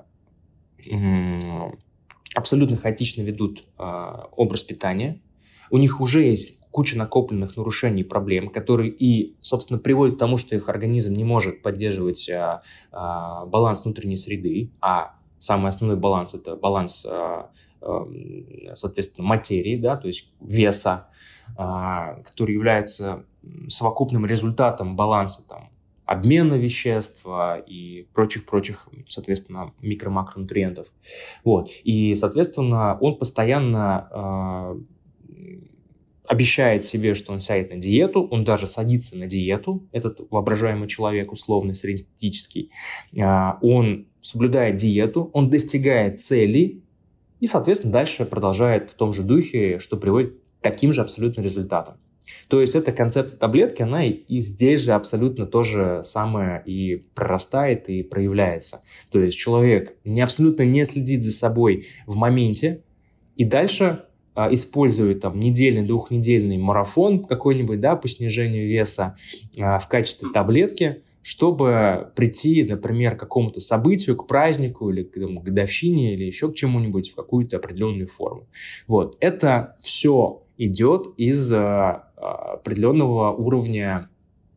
абсолютно хаотично ведут образ питания, у них уже есть куча накопленных нарушений и проблем, которые и, собственно, приводят к тому, что их организм не может поддерживать баланс внутренней среды, а самый основной баланс – это баланс, соответственно, материи, да, то есть веса, который является совокупным результатом баланса там, обмена веществ и прочих, соответственно, микро-макронутриентов. Вот. И, соответственно, он постоянно обещает себе, что он сядет на диету, он даже садится на диету, этот воображаемый человек, условно, среднестатистический, он соблюдает диету, он достигает целей и, соответственно, дальше продолжает в том же духе, что приводит к таким же абсолютно результатам. То есть эта концепция таблетки, она и здесь же абсолютно то же самое и прорастает, и проявляется. То есть человек абсолютно не следит за собой в моменте и дальше использует там недельный, двухнедельный марафон какой-нибудь, да, по снижению веса в качестве таблетки, чтобы прийти, например, к какому-то событию, к празднику или к годовщине или еще к чему-нибудь в какую-то определенную форму. Вот. Это все идет из определенного уровня,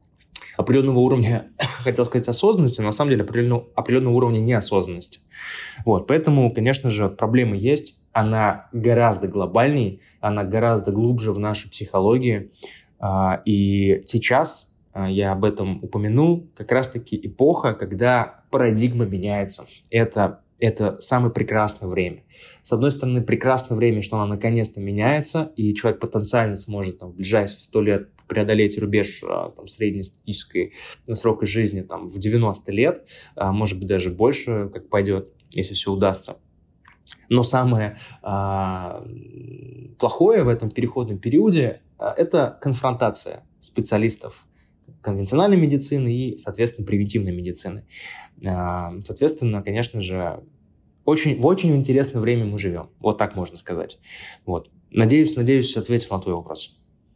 хотел сказать, осознанности, но на самом деле определенного уровня неосознанности. Вот. Поэтому, конечно же, проблема есть, она гораздо глобальней, она гораздо глубже в нашей психологии. И сейчас, я об этом упомянул, как раз-таки эпоха, когда парадигма меняется. Это самое прекрасное время. С одной стороны, прекрасное время, что она наконец-то меняется, и человек потенциально сможет там, в ближайшие 100 лет преодолеть рубеж там, среднестатистической срока жизни там, в 90 лет, может быть, даже больше, как пойдет, если все удастся. Но самое плохое в этом переходном периоде – это конфронтация специалистов конвенциональной медицины и, соответственно, превентивной медицины. Соответственно, конечно же, в очень интересное время мы живем. Вот так можно сказать. Вот. Надеюсь, ответил на твой вопрос.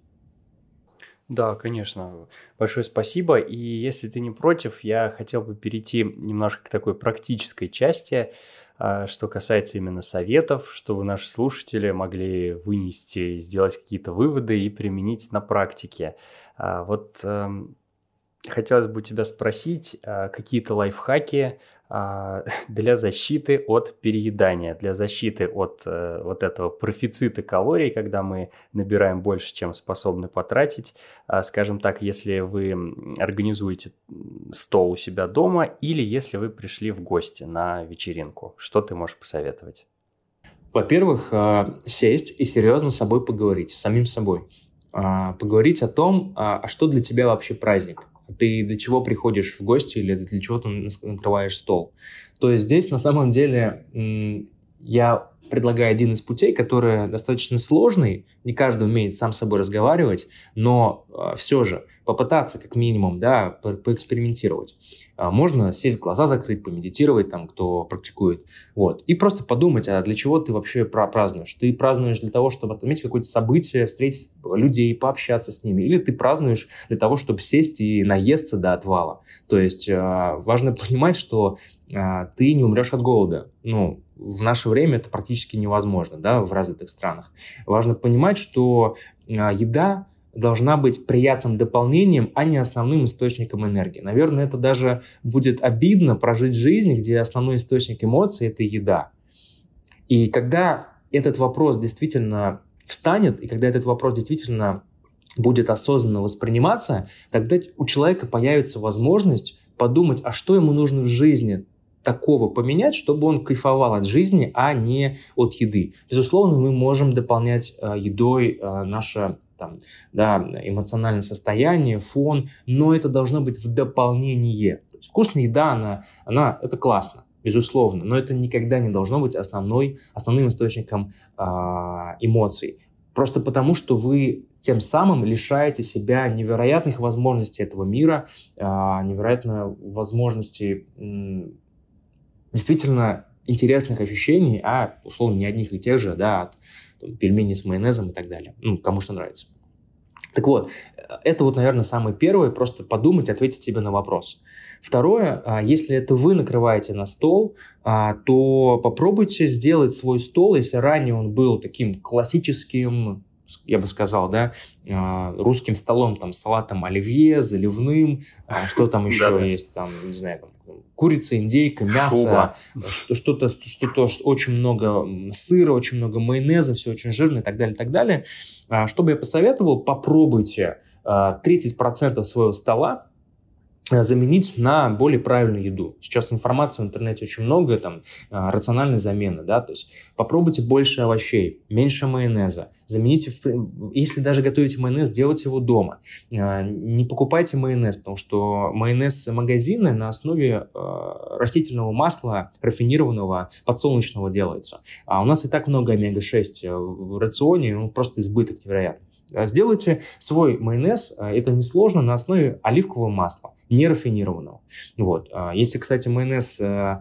Да, конечно. Большое спасибо. И если ты не против, я хотел бы перейти немножко к такой практической части, что касается именно советов, чтобы наши слушатели могли вынести, сделать какие-то выводы и применить на практике. Вот хотелось бы у тебя спросить какие-то лайфхаки для защиты от переедания, для защиты от вот этого профицита калорий, когда мы набираем больше, чем способны потратить. Скажем так, если вы организуете стол у себя дома или если вы пришли в гости на вечеринку, что ты можешь посоветовать? Во-первых, сесть и серьезно с собой поговорить, с самим собой. Поговорить о том, а что для тебя вообще праздник. Ты для чего приходишь в гости или для чего ты накрываешь стол. То есть здесь на самом деле я предлагаю один из путей, который достаточно сложный, не каждый умеет сам с собой разговаривать, но все же попытаться как минимум, да, поэкспериментировать. Можно сесть, глаза закрыть, помедитировать, там, кто практикует. Вот. И просто подумать, а для чего ты вообще празднуешь? Ты празднуешь для того, чтобы отметить какое-то событие, встретить людей, пообщаться с ними? Или ты празднуешь для того, чтобы сесть и наесться до отвала? То есть важно понимать, что ты не умрешь от голода. Ну, в наше время это практически невозможно, да, в развитых странах. Важно понимать, что еда должна быть приятным дополнением, а не основным источником энергии. Наверное, это даже будет обидно прожить жизнь, где основной источник эмоций – это еда. И когда этот вопрос действительно встанет, и когда этот вопрос действительно будет осознанно восприниматься, тогда у человека появится возможность подумать, а что ему нужно в жизни такого поменять, чтобы он кайфовал от жизни, а не от еды. Безусловно, мы можем дополнять едой наше эмоциональное состояние, фон, но это должно быть в дополнение. То есть вкусная еда, она это классно, безусловно, но это никогда не должно быть основным источником эмоций. Просто потому, что вы тем самым лишаете себя невероятных возможностей этого мира, невероятных возможностей действительно интересных ощущений, а, условно, не одних и тех же, да, от пельменей с майонезом и так далее. Ну, кому что нравится. Так вот, это вот, наверное, самое первое, просто подумать, ответить себе на вопрос. Второе, если это вы накрываете на стол, то попробуйте сделать свой стол, если ранее он был таким классическим, я бы сказал, да, русским столом, там, с салатом оливье, заливным, что там еще есть, там, не знаю, курица, индейка, мясо, что-то очень много сыра, очень много майонеза, все очень жирное и так далее, и так далее. Что бы я посоветовал, попробуйте 30% своего стола заменить на более правильную еду. Сейчас информации в интернете очень много, там, рациональной замены, да, то есть попробуйте больше овощей, меньше майонеза, замените, если даже готовите майонез, делайте его дома. Не покупайте майонез, потому что майонез магазина на основе растительного масла, рафинированного, подсолнечного делается. А у нас и так много омега-6 в рационе, ну, просто избыток невероятный. Сделайте свой майонез, это несложно, на основе оливкового масла, не рафинированного. Вот. Если, кстати, майонез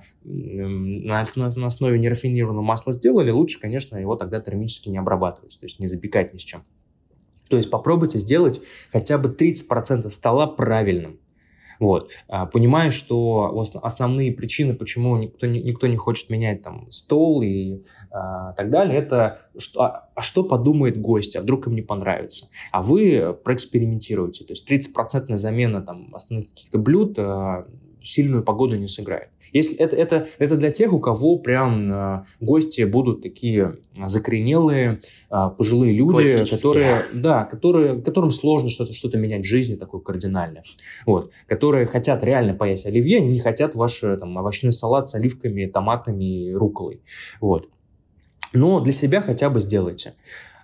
на основе нерафинированного масла сделали, лучше, конечно, его тогда термически не обрабатывать, то есть не запекать ни с чем. То есть попробуйте сделать хотя бы 30% стола правильным. Вот. Понимаю, что основные причины, почему никто не хочет менять там стол и так далее, это что подумает гость, а вдруг им не понравится. А вы проэкспериментируете. То есть 30% замена там, основных каких-то блюд сильную погоду не сыграет. Если это для тех, у кого прям гости будут такие закоренелые, пожилые люди, которым сложно что-то менять в жизни такое кардинальное. Вот, которые хотят реально поесть оливье, они не хотят ваш там, овощной салат с оливками, томатами и рукколой. Вот. Но для себя хотя бы сделайте.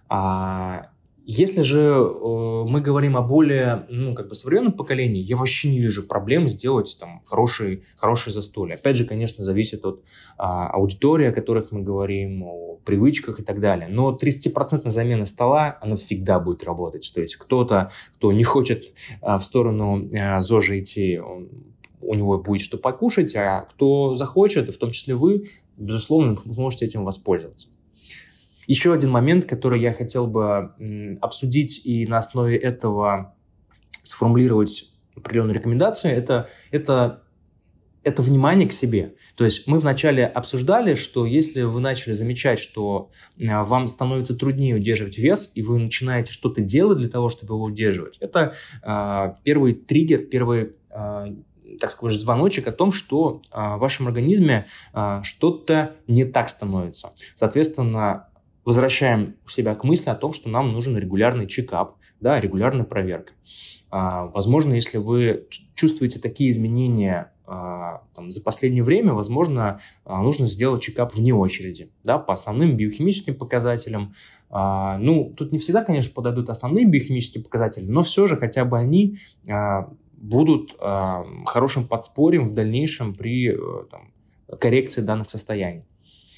Если же мы говорим о более современном поколении, я вообще не вижу проблем сделать там хорошее застолье. Опять же, конечно, зависит от аудитории, о которых мы говорим, о привычках и так далее. Но 30% замена стола, она всегда будет работать. То есть кто-то, кто не хочет в сторону ЗОЖа идти, у него будет что покушать, а кто захочет, в том числе вы, безусловно, можете этим воспользоваться. Еще один момент, который я хотел бы обсудить и на основе этого сформулировать определенные рекомендации, это внимание к себе. То есть мы вначале обсуждали, что если вы начали замечать, что вам становится труднее удерживать вес, и вы начинаете что-то делать для того, чтобы его удерживать, это первый триггер, первый, так сказать, звоночек о том, что в вашем организме что-то не так становится. Соответственно, возвращаем себя к мысли о том, что нам нужен регулярный чекап, да, регулярная проверка. Возможно, если вы чувствуете такие изменения за последнее время, возможно, нужно сделать чекап вне очереди, да, по основным биохимическим показателям. Тут не всегда, конечно, подойдут основные биохимические показатели, но все же хотя бы они будут хорошим подспорьем в дальнейшем при коррекции данных состояний.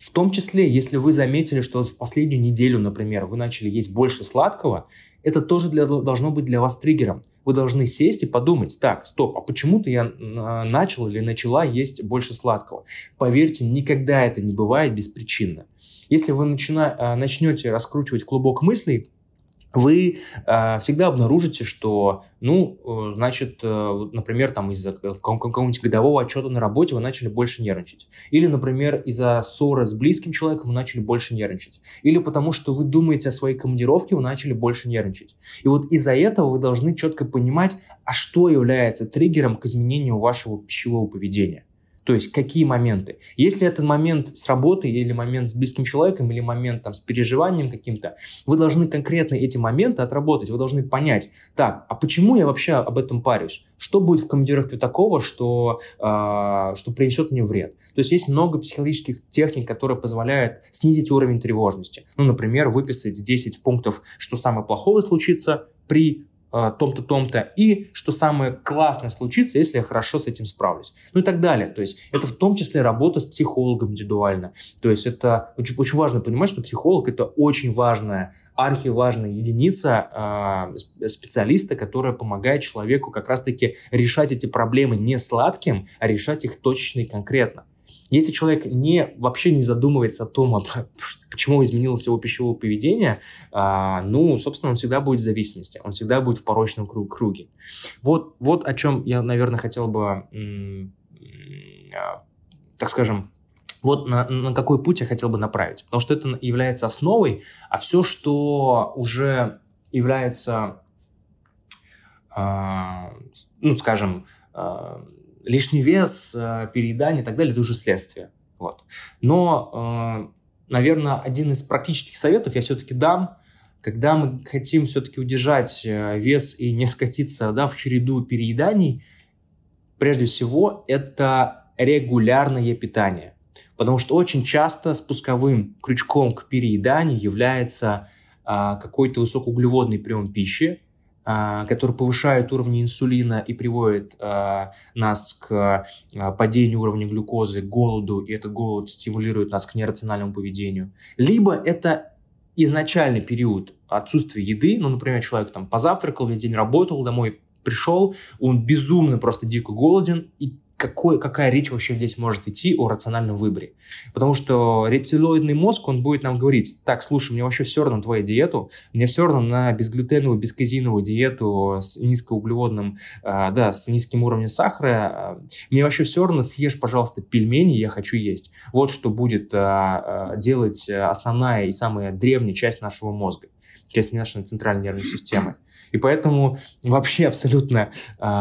В том числе, если вы заметили, что в последнюю неделю, например, вы начали есть больше сладкого, это тоже должно быть для вас триггером. Вы должны сесть и подумать: так, стоп, а почему-то я начал или начала есть больше сладкого. Поверьте, никогда это не бывает беспричинно. Если вы начнете раскручивать клубок мыслей, вы всегда обнаружите, что, например, там из-за какого-нибудь годового отчета на работе вы начали больше нервничать. Или, например, из-за ссоры с близким человеком вы начали больше нервничать. Или потому что вы думаете о своей командировке, вы начали больше нервничать. И вот из-за этого вы должны четко понимать, а что является триггером к изменению вашего пищевого поведения. То есть какие моменты. Если это момент с работы, или момент с близким человеком, или момент там, с переживанием каким-то, вы должны конкретно эти моменты отработать. Вы должны понять: так, а почему я вообще об этом парюсь? Что будет в командировке такого, что принесет мне вред? То есть много психологических техник, которые позволяют снизить уровень тревожности. Например, выписать 10 пунктов, что самое плохое случится при том-то, том-то, и что самое классное случится, если я хорошо с этим справлюсь. И так далее. То есть это в том числе работа с психологом индивидуально. То есть это очень, очень важно понимать, что психолог – это очень важная, архиважная единица специалиста, которая помогает человеку как раз-таки решать эти проблемы не сладким, а решать их точечно и конкретно. Если человек вообще не задумывается о том, почему изменилось его пищевое поведение, собственно, он всегда будет в зависимости, он всегда будет в порочном круге. Вот о чем я, наверное, хотел бы, так скажем, вот на какой путь я хотел бы направить. Потому что это является основой, а все, что уже является, лишний вес, переедание и так далее, это уже следствие. Вот. Но, наверное, один из практических советов я все-таки дам, когда мы хотим все-таки удержать вес и не скатиться в череду перееданий, прежде всего, это регулярное питание. Потому что очень часто спусковым крючком к перееданию является какой-то высокоуглеводный прием пищи, который повышает уровни инсулина и приводит нас к падению уровня глюкозы, к голоду, и этот голод стимулирует нас к нерациональному поведению. Либо это изначальный период отсутствия еды, например, человек там позавтракал, весь день работал, домой пришел, он безумно просто дико голоден, и какая речь вообще здесь может идти о рациональном выборе? Потому что рептилоидный мозг, он будет нам говорить: так, слушай, мне вообще все равно на твою диету, мне все равно на безглютеновую, бесказиновую диету с низкоуглеводным, с низким уровнем сахара, мне вообще все равно, съешь, пожалуйста, пельмени, я хочу есть. Вот что будет делать основная и самая древняя часть нашего мозга, часть нашей центральной нервной системы. И поэтому вообще абсолютно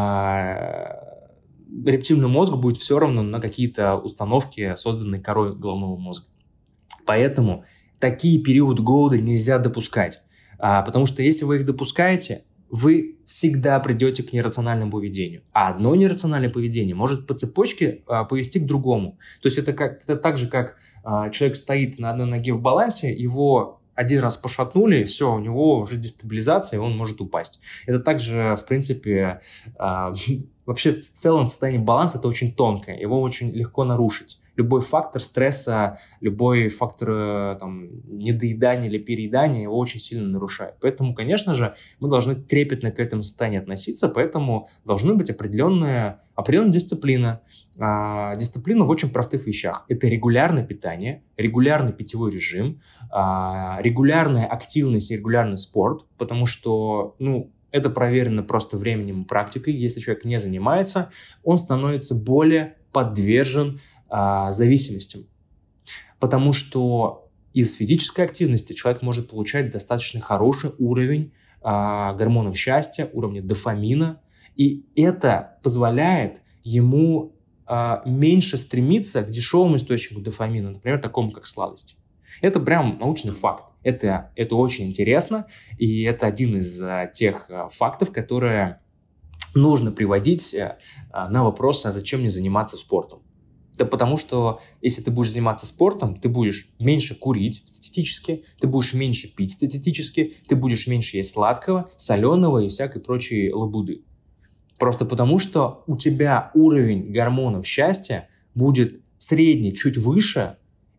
рептильному мозгу будет все равно на какие-то установки, созданные корой головного мозга. Поэтому такие периоды голода нельзя допускать. Потому что если вы их допускаете, вы всегда придете к нерациональному поведению. А одно нерациональное поведение может по цепочке повести к другому. То есть это так же, как человек стоит на одной ноге в балансе, его один раз пошатнули, все, у него уже дестабилизация, и он может упасть. Это также, в принципе, вообще в целом состояние баланса – это очень тонкое, его очень легко нарушить. Любой фактор стресса, любой фактор недоедания или переедания его очень сильно нарушает. Поэтому, конечно же, мы должны трепетно к этому состоянию относиться, поэтому должна быть определенная дисциплина. Дисциплина в очень простых вещах. Это регулярное питание, регулярный питьевой режим, регулярная активность и регулярный спорт, потому что, это проверено просто временем и практикой. Если человек не занимается, он становится более подвержен зависимостям. Потому что из физической активности человек может получать достаточно хороший уровень гормонов счастья, уровня дофамина. И это позволяет ему меньше стремиться к дешевому источнику дофамина, например, такому как сладости. Это прям научный факт. Это очень интересно, и это один из тех фактов, которые нужно приводить на вопрос: а зачем мне заниматься спортом? Это потому, что если ты будешь заниматься спортом, ты будешь меньше курить статистически, ты будешь меньше пить статистически, ты будешь меньше есть сладкого, соленого и всякой прочей лабуды. Просто потому, что у тебя уровень гормонов счастья будет средний, чуть выше,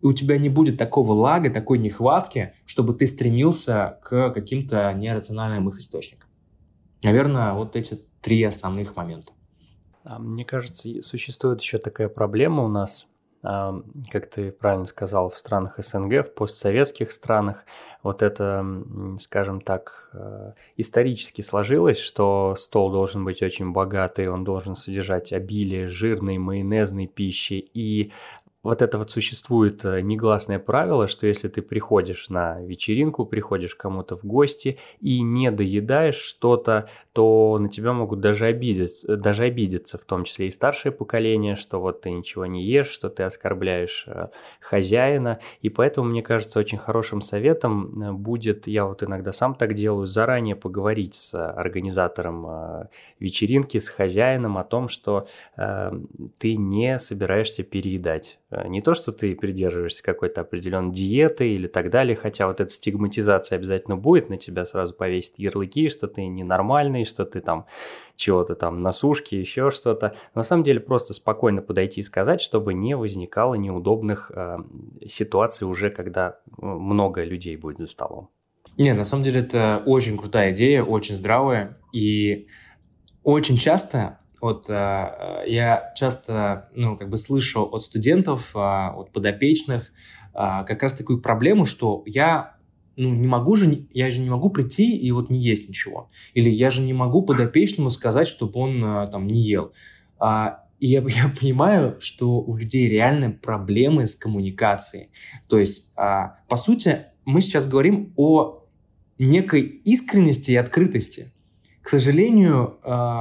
и у тебя не будет такого лага, такой нехватки, чтобы ты стремился к каким-то нерациональным их источникам. Наверное, вот эти 3 основных момента. Мне кажется, существует еще такая проблема у нас, как ты правильно сказал, в странах СНГ, в постсоветских странах. Вот это, скажем так, исторически сложилось, что стол должен быть очень богатый, он должен содержать обилие жирной майонезной пищи, и вот это вот существует негласное правило, что если ты приходишь на вечеринку, приходишь к кому-то в гости и не доедаешь что-то, то на тебя могут даже обидеться, в том числе и старшее поколение, что вот ты ничего не ешь, что ты оскорбляешь хозяина. И поэтому, мне кажется, очень хорошим советом будет, я вот иногда сам так делаю, заранее поговорить с организатором вечеринки, с хозяином о том, что ты не собираешься переедать. Не то, что ты придерживаешься какой-то определенной диеты или так далее, хотя вот эта стигматизация обязательно будет, на тебя сразу повесить ярлыки, что ты ненормальный, что ты там чего-то там на сушке, еще что-то. Но на самом деле просто спокойно подойти и сказать, чтобы не возникало неудобных ситуаций уже, когда много людей будет за столом. Нет, на самом деле это очень крутая идея, очень здравая, и очень часто... Вот я часто, слышу от студентов, от подопечных как раз такую проблему, что я же не могу прийти и вот не есть ничего. Или я же не могу подопечному сказать, чтобы он там не ел. И я понимаю, что у людей реально проблемы с коммуникацией. То есть, по сути, мы сейчас говорим о некой искренности и открытости. К сожалению,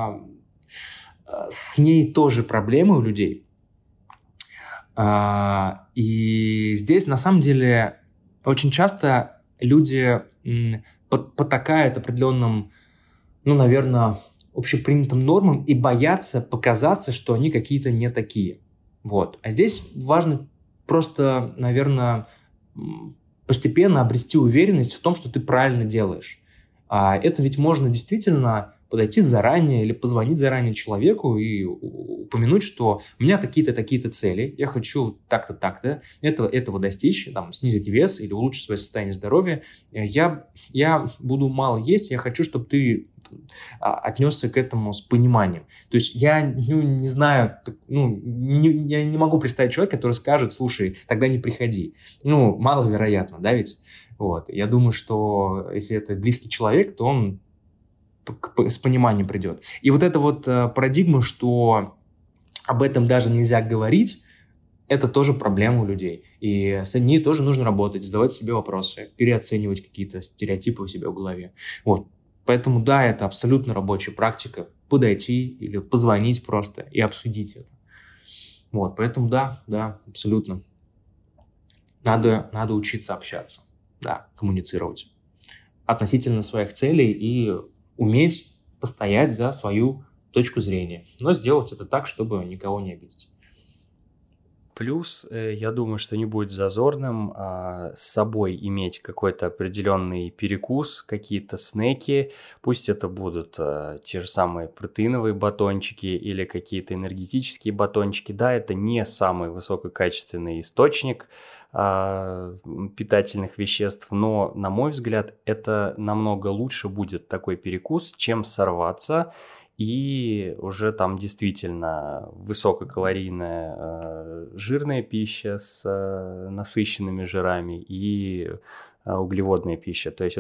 с ней тоже проблемы у людей. И здесь, на самом деле, очень часто люди потакают определенным, наверное, общепринятым нормам и боятся показаться, что они какие-то не такие. Вот. А здесь важно просто, наверное, постепенно обрести уверенность в том, что ты правильно делаешь. Это ведь можно действительно подойти заранее или позвонить заранее человеку и упомянуть, что у меня такие-то, такие-то цели, я хочу так-то, так-то, этого достичь, снизить вес или улучшить свое состояние здоровья. Я буду мало есть, я хочу, чтобы ты отнесся к этому с пониманием. То есть я не знаю, я не могу представить человека, который скажет: слушай, тогда не приходи. Маловероятно, да ведь? Вот. Я думаю, что если это близкий человек, то он с пониманием придет. И вот эта вот парадигма, что об этом даже нельзя говорить, это тоже проблема у людей. И с ней тоже нужно работать, задавать себе вопросы, переоценивать какие-то стереотипы у себя в голове. Вот. Поэтому да, это абсолютно рабочая практика. Подойти или позвонить просто и обсудить это. Вот. Поэтому да, абсолютно. Надо учиться общаться, коммуницировать относительно своих целей и уметь постоять за свою точку зрения, но сделать это так, чтобы никого не обидеть. Плюс, я думаю, что не будет зазорным с собой иметь какой-то определенный перекус, какие-то снеки, пусть это будут те же самые протеиновые батончики или какие-то энергетические батончики. Да, это не самый высококачественный источник питательных веществ, но, на мой взгляд, это намного лучше будет такой перекус, чем сорваться и уже там действительно высококалорийная жирная пища с насыщенными жирами и углеводная пища. То есть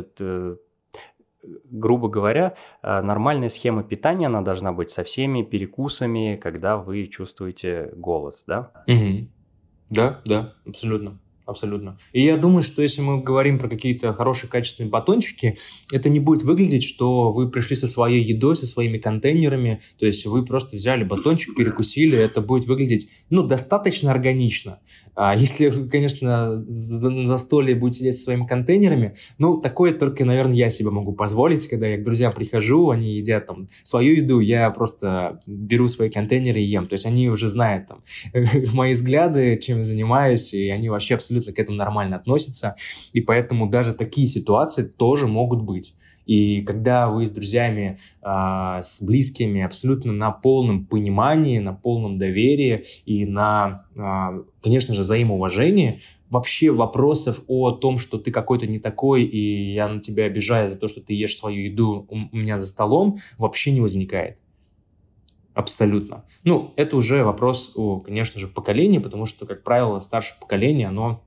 грубо говоря, нормальная схема питания, она должна быть со всеми перекусами, когда вы чувствуете голод, да? Угу. Да, абсолютно. Абсолютно. И я думаю, что если мы говорим про какие-то хорошие качественные батончики, это не будет выглядеть, что вы пришли со своей едой, со своими контейнерами, то есть вы просто взяли батончик, перекусили, это будет выглядеть, достаточно органично. Если вы, конечно, на застолье будете сидеть со своими контейнерами, такое только, наверное, я себе могу позволить, когда я к друзьям прихожу, они едят там свою еду, я просто беру свои контейнеры и ем. То есть они уже знают там мои взгляды, чем я занимаюсь, и они вообще абсолютно к этому нормально относятся, и поэтому даже такие ситуации тоже могут быть. И когда вы с друзьями, с близкими абсолютно на полном понимании, на полном доверии и на, конечно же, взаимоуважении, вообще вопросов о том, что ты какой-то не такой, и я на тебя обижаюсь за то, что ты ешь свою еду у меня за столом, вообще не возникает. Абсолютно. Ну, это уже вопрос, конечно же, поколения, потому что, как правило, старшее поколение, оно,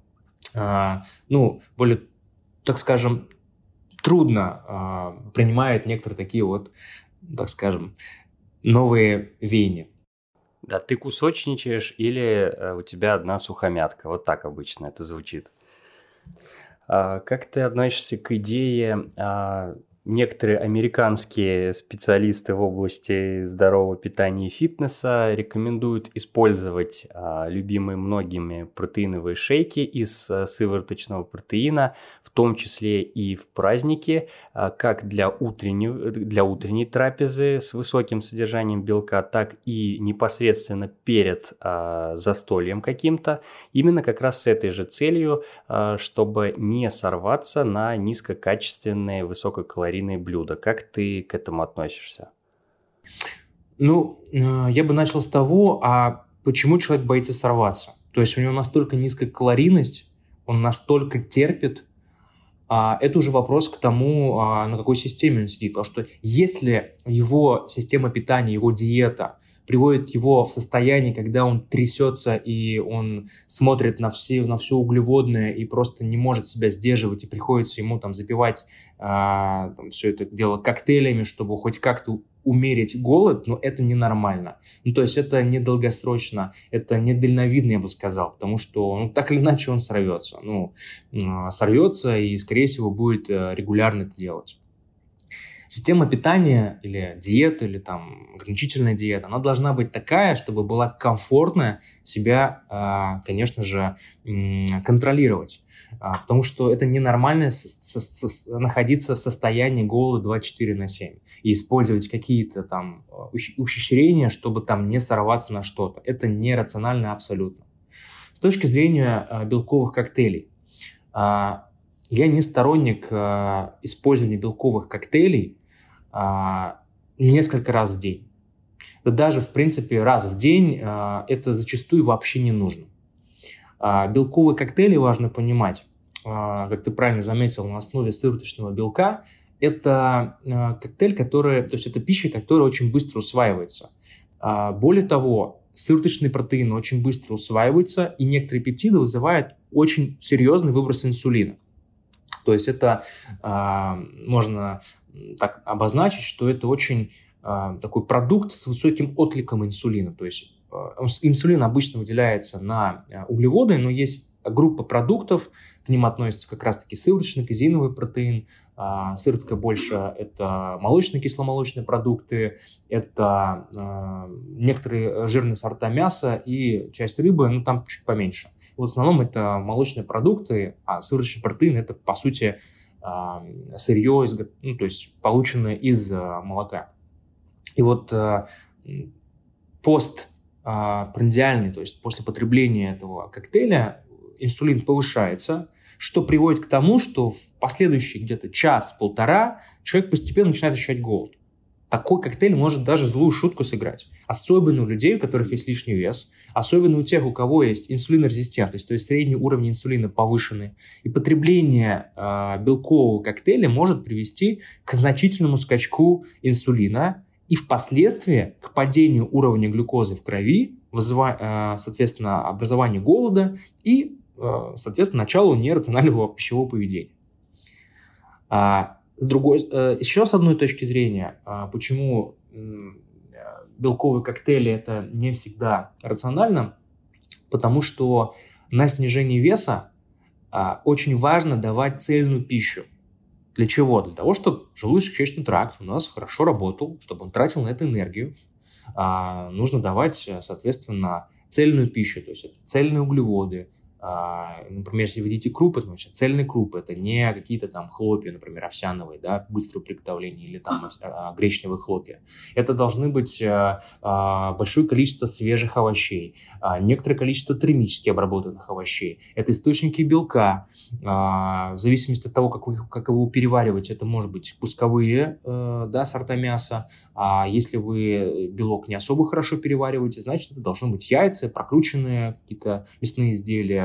более, так скажем, трудно принимает некоторые такие вот, так скажем, новые веяния. Да, ты кусочничаешь или у тебя одна сухомятка. Вот так обычно это звучит. Как ты относишься к идее, некоторые американские специалисты в области здорового питания и фитнеса рекомендуют использовать любимые многими протеиновые шейки из сывороточного протеина, в том числе и в праздники, как для утренней трапезы с высоким содержанием белка, так и непосредственно перед застольем каким-то, именно как раз с этой же целью, чтобы не сорваться на низкокачественные, высококалорийные блюда. Как ты к этому относишься? Ну, я бы начал с того, почему человек боится сорваться. То есть у него настолько низкая калорийность, он настолько терпит. Это уже вопрос к тому, на какой системе он сидит. Потому что если его система питания, его диета приводит его в состояние, когда он трясется и он смотрит на все углеводное и просто не может себя сдерживать, и приходится ему там запивать все это дело коктейлями, чтобы хоть как-то умерить голод, но это ненормально. Ну, то есть это не долгосрочно, это не дальновидно, я бы сказал, потому что так или иначе он сорвется. Сорвется и, скорее всего, будет регулярно это делать. Система питания или диета, или там ограничительная диета, она должна быть такая, чтобы была комфортно себя, конечно же, контролировать. Потому что это ненормально находиться в состоянии голода 24/7 и использовать какие-то там ухищрения, чтобы там не сорваться на что-то. Это нерационально абсолютно. С точки зрения белковых коктейлей, я не сторонник использования белковых коктейлей несколько раз в день. Да даже, в принципе, раз в день это зачастую вообще не нужно. Белковые коктейли, важно понимать, как ты правильно заметил, на основе сывороточного белка. Это коктейль, то есть это пища, которая очень быстро усваивается. Более того, сывороточный протеин очень быстро усваивается, и некоторые пептиды вызывают очень серьезный выброс инсулина. То есть это можно так обозначить, что это очень такой продукт с высоким откликом инсулина. То есть инсулин обычно выделяется на углеводы, но есть группа продуктов, к ним относятся как раз-таки сывороточный, казеиновый протеин, сыворотка больше – это молочные, кисломолочные продукты, это некоторые жирные сорта мяса и часть рыбы, там чуть поменьше. В основном это молочные продукты, а сывороточный протеин – это, по сути, сырье, то есть полученное из молока. И вот постпрандиальный, то есть после потребления этого коктейля, инсулин повышается, что приводит к тому, что в последующий где-то час-полтора человек постепенно начинает ощущать голод. Такой коктейль может даже злую шутку сыграть. Особенно у людей, у которых есть лишний вес, особенно у тех, у кого есть инсулинорезистентность, то есть средний уровень инсулина повышенный. И потребление белкового коктейля может привести к значительному скачку инсулина и впоследствии к падению уровня глюкозы в крови, соответственно, образованию голода и, соответственно, началу нерационального пищевого поведения. Еще с одной точки зрения, почему белковые коктейли это не всегда рационально, потому что на снижение веса очень важно давать цельную пищу. Для чего? Для того, чтобы желудочно-кишечный тракт у нас хорошо работал, чтобы он тратил на это энергию. Нужно давать, соответственно, цельную пищу, то есть это цельные углеводы. Например, если вы едите крупы, значит, цельные крупы, это не какие-то там хлопья, например, овсяновые, да, быстрого приготовления, или там гречневые хлопья. Это должны быть большое количество свежих овощей, некоторое количество термически обработанных овощей. Это источники белка. В зависимости от того, как его переваривать, это может быть кусковые сорта мяса. А если вы белок не особо хорошо перевариваете, значит, это должны быть яйца, прокрученные какие-то мясные изделия,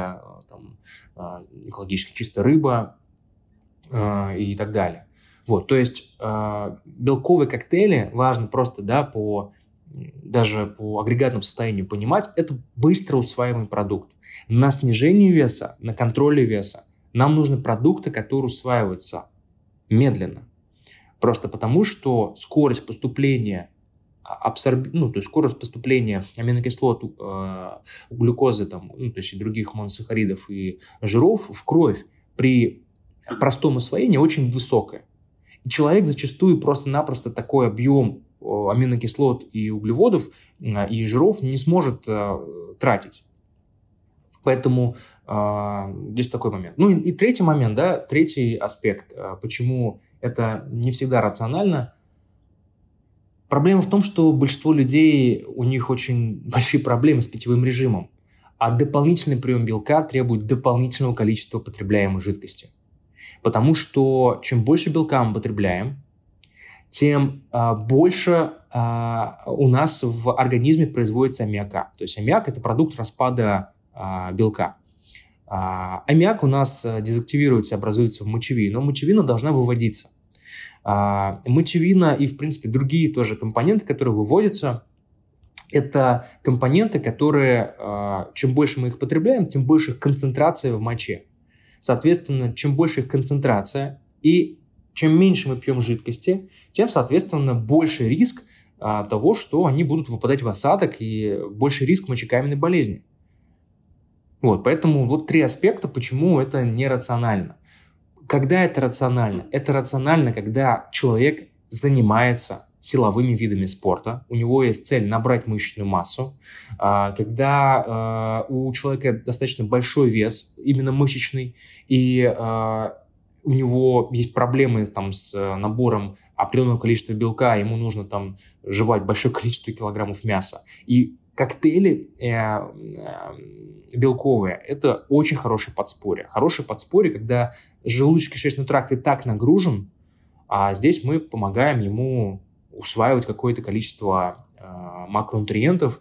мясо, экологически чистая рыба и так далее. Вот, то есть белковые коктейли, важно просто, да, даже по агрегатному состоянию понимать, это быстро усваиваемый продукт. На снижение веса, на контроле веса нам нужны продукты, которые усваиваются медленно. Просто потому, что скорость поступления то есть скорость поступления аминокислот, глюкозы, то есть и других моносахаридов и жиров в кровь при простом усвоении очень высокая. И человек зачастую просто-напросто такой объем аминокислот и углеводов и жиров не сможет тратить. Поэтому здесь такой момент. Ну и третий момент, да, третий аспект, почему это не всегда рационально. Проблема в том, что большинство людей, у них очень большие проблемы с питьевым режимом, а дополнительный прием белка требует дополнительного количества потребляемой жидкости. Потому что чем больше белка мы потребляем, тем больше у нас в организме производится аммиака. То есть аммиак – это продукт распада белка. Аммиак у нас дезактивируется, образуется в мочевине, но мочевина должна выводиться. Мочевина и, в принципе, другие тоже компоненты, которые выводятся, это компоненты, которые, чем больше мы их потребляем, тем больше их концентрация в моче. Соответственно, чем больше их концентрация и чем меньше мы пьем жидкости, тем, соответственно, больше риск того, что они будут выпадать в осадок и больше риск мочекаменной болезни. Вот, поэтому вот три аспекта, почему это нерационально. Когда это рационально? Это рационально, когда человек занимается силовыми видами спорта, у него есть цель набрать мышечную массу, когда у человека достаточно большой вес, именно мышечный, и у него есть проблемы с набором определенного количества белка, ему нужно жевать большое количество килограммов мяса. И коктейли белковые – это очень хорошее подспорье. Хорошее подспорье, когда желудочно-кишечный тракт и так нагружен, а здесь мы помогаем ему усваивать какое-то количество макронутриентов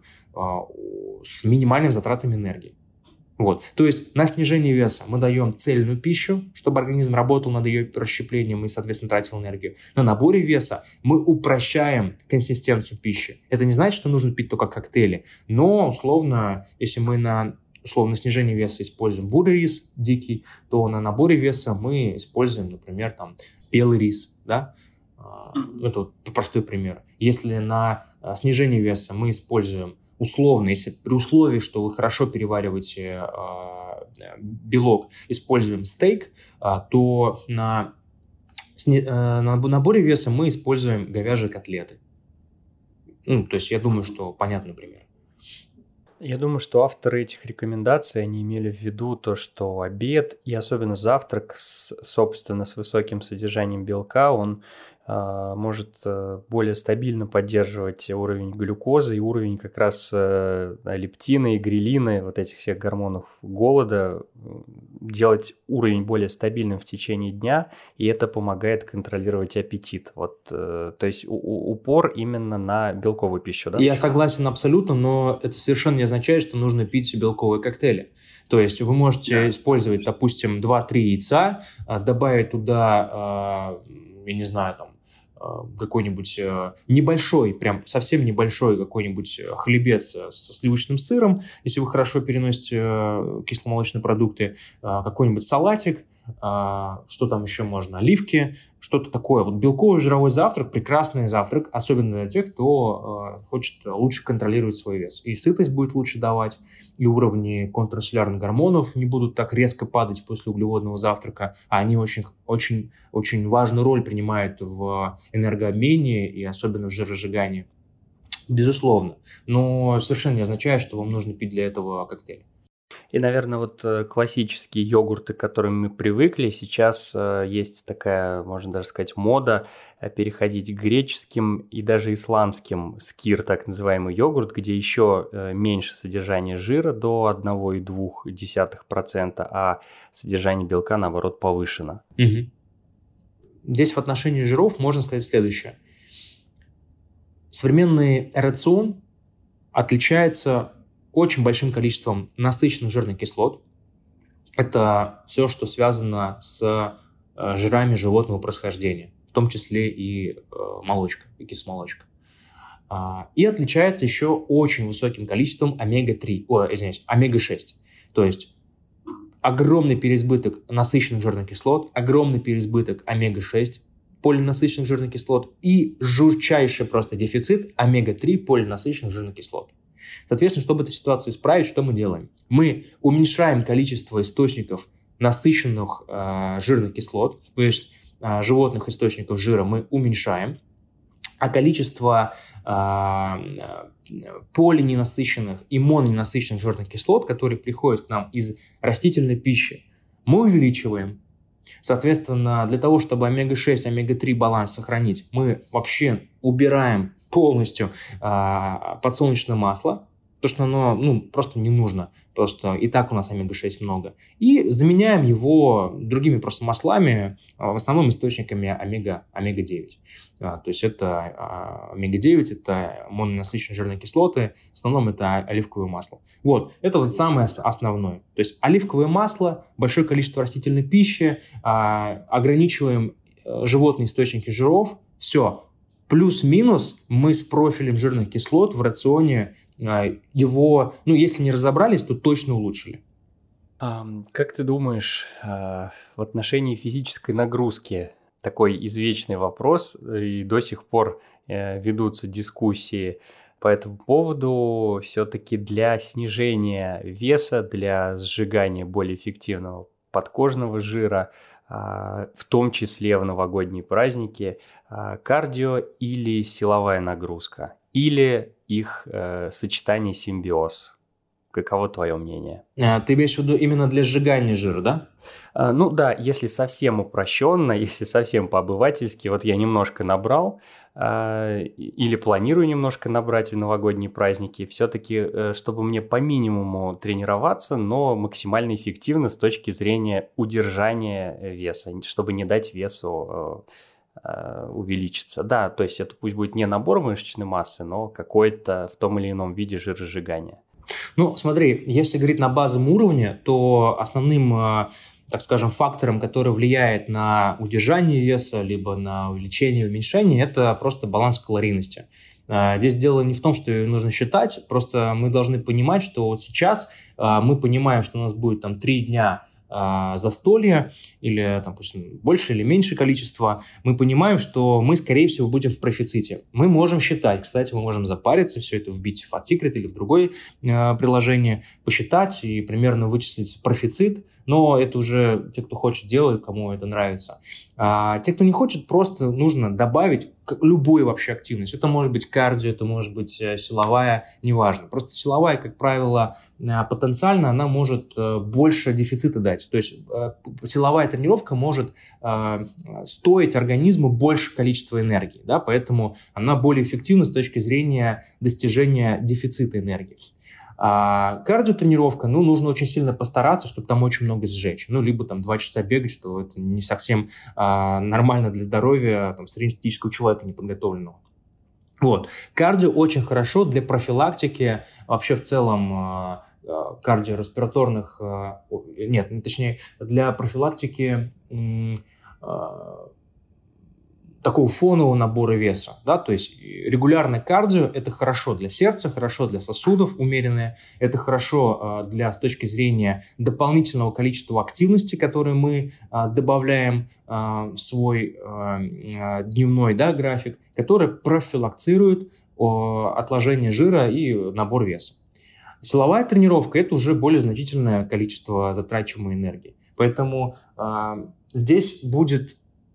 с минимальными затратами энергии. Вот. То есть на снижение веса мы даем цельную пищу, чтобы организм работал над ее расщеплением и, соответственно, тратил энергию. На наборе веса мы упрощаем консистенцию пищи. Это не значит, что нужно пить только коктейли, но, условно, если мы на снижение веса используем бурый рис дикий, то на наборе веса мы используем, например, белый рис. Да? Это вот простой пример. Если на снижение веса мы используем условно, если при условии, что вы хорошо перевариваете белок, используем стейк, то на наборе веса мы используем говяжьи котлеты. То есть я думаю, что понятный пример. Я думаю, что авторы этих рекомендаций, они имели в виду то, что обед и особенно завтрак, собственно, с высоким содержанием белка, он может более стабильно поддерживать уровень глюкозы и уровень как раз лептина и грелина, вот этих всех гормонов голода, делать уровень более стабильным в течение дня, и это помогает контролировать аппетит. Вот, то есть упор именно на белковую пищу, да? Я согласен абсолютно, но это совершенно не означает, что нужно пить белковые коктейли. То есть вы можете использовать, допустим, 2-3 яйца, добавить туда, я не знаю, какой-нибудь небольшой, прям совсем небольшой какой-нибудь хлебец со сливочным сыром, если вы хорошо переносите кисломолочные продукты, какой-нибудь салатик, что там еще можно, оливки, что-то такое. Вот белковый жировой завтрак, прекрасный завтрак, особенно для тех, кто хочет лучше контролировать свой вес. И сытость будет лучше давать, и уровни контрацеллюлярных гормонов не будут так резко падать после углеводного завтрака, а они очень, очень, очень важную роль принимают в энергообмене и особенно в жиросжигании. Безусловно. Но совершенно не означает, что вам нужно пить для этого коктейль. И, наверное, вот классические йогурты, к которым мы привыкли, сейчас есть такая, можно даже сказать, мода переходить к греческим и даже исландским скир, так называемый йогурт, где еще меньше содержания жира до 1,2%, а содержание белка, наоборот, повышено. Угу. Здесь в отношении жиров можно сказать следующее. Современный рацион отличается очень большим количеством насыщенных жирных кислот, это все, что связано с жирами животного происхождения, в том числе и молочка, и кисломолочка. И отличается еще очень высоким количеством омега-6. То есть огромный переизбыток насыщенных жирных кислот, огромный переизбыток омега-6 полиненасыщенных жирных кислот и жутчайший просто дефицит омега-3 полиненасыщенных жирных кислот. Соответственно, чтобы эту ситуацию исправить, что мы делаем? Мы уменьшаем количество источников насыщенных жирных кислот, то есть животных источников жира мы уменьшаем, а количество полиненасыщенных и мононенасыщенных жирных кислот, которые приходят к нам из растительной пищи, мы увеличиваем. Соответственно, для того, чтобы омега-6, омега-3 баланс сохранить, мы вообще убираем полностью подсолнечное масло, потому что оно просто не нужно, просто и так у нас омега-6 много, и заменяем его другими просто маслами, в основном источниками омега-9. То есть это омега-9, это мононенасыщенные жирные кислоты, в основном это оливковое масло. Вот, это вот самое основное. То есть оливковое масло, большое количество растительной пищи, ограничиваем животные источники жиров, все. Плюс-минус мы с профилем жирных кислот в рационе его, если не разобрались, то точно улучшили. Как ты думаешь, в отношении физической нагрузки такой извечный вопрос, и до сих пор ведутся дискуссии по этому поводу, все-таки для снижения веса, для сжигания более эффективного подкожного жира, в том числе в новогодние праздники, кардио или силовая нагрузка, или их сочетание симбиоз. Каково твое мнение? Ты имеешь в виду именно для сжигания жира, да? Да, если совсем упрощенно, если совсем по-обывательски, вот я немножко набрал или планирую немножко набрать в новогодние праздники, все-таки, чтобы мне по минимуму тренироваться, но максимально эффективно с точки зрения удержания веса, чтобы не дать весу увеличиться. Да, то есть это пусть будет не набор мышечной массы, но какой-то в том или ином виде жиросжигания. Смотри, если говорить на базовом уровне, то основным, так скажем, фактором, который влияет на удержание веса, либо на увеличение и уменьшение, это просто баланс калорийности. Здесь дело не в том, что ее нужно считать, просто мы должны понимать, что вот сейчас мы понимаем, что у нас будет 3 дня застолья или, допустим, больше или меньше количество, мы понимаем, что мы, скорее всего, будем в профиците. Мы можем считать, кстати, мы можем запариться, все это вбить в FatSecret или в другое приложение, посчитать и примерно вычислить профицит, но это уже те, кто хочет, делают, кому это нравится. А те, кто не хочет, просто нужно добавить любую вообще активность. Это может быть кардио, это может быть силовая, неважно. Просто силовая, как правило, потенциально она может больше дефицита дать. То есть силовая тренировка может стоить организму больше количества энергии, да, поэтому она более эффективна с точки зрения достижения дефицита энергии. А кардиотренировка, нужно очень сильно постараться, чтобы там очень много сжечь. Либо 2 часа бегать, что это не совсем нормально для здоровья среднестатистического человека неподготовленного. Вот. Кардио очень хорошо для профилактики, вообще в целом кардиореспираторных, для профилактики такого фонового набора веса, да, то есть регулярное кардио – это хорошо для сердца, хорошо для сосудов умеренное, это хорошо с точки зрения дополнительного количества активности, которые мы добавляем в свой дневной, да, график, который профилактирует отложение жира и набор веса. Силовая тренировка – это уже более значительное количество затрачиваемой энергии, поэтому здесь будет.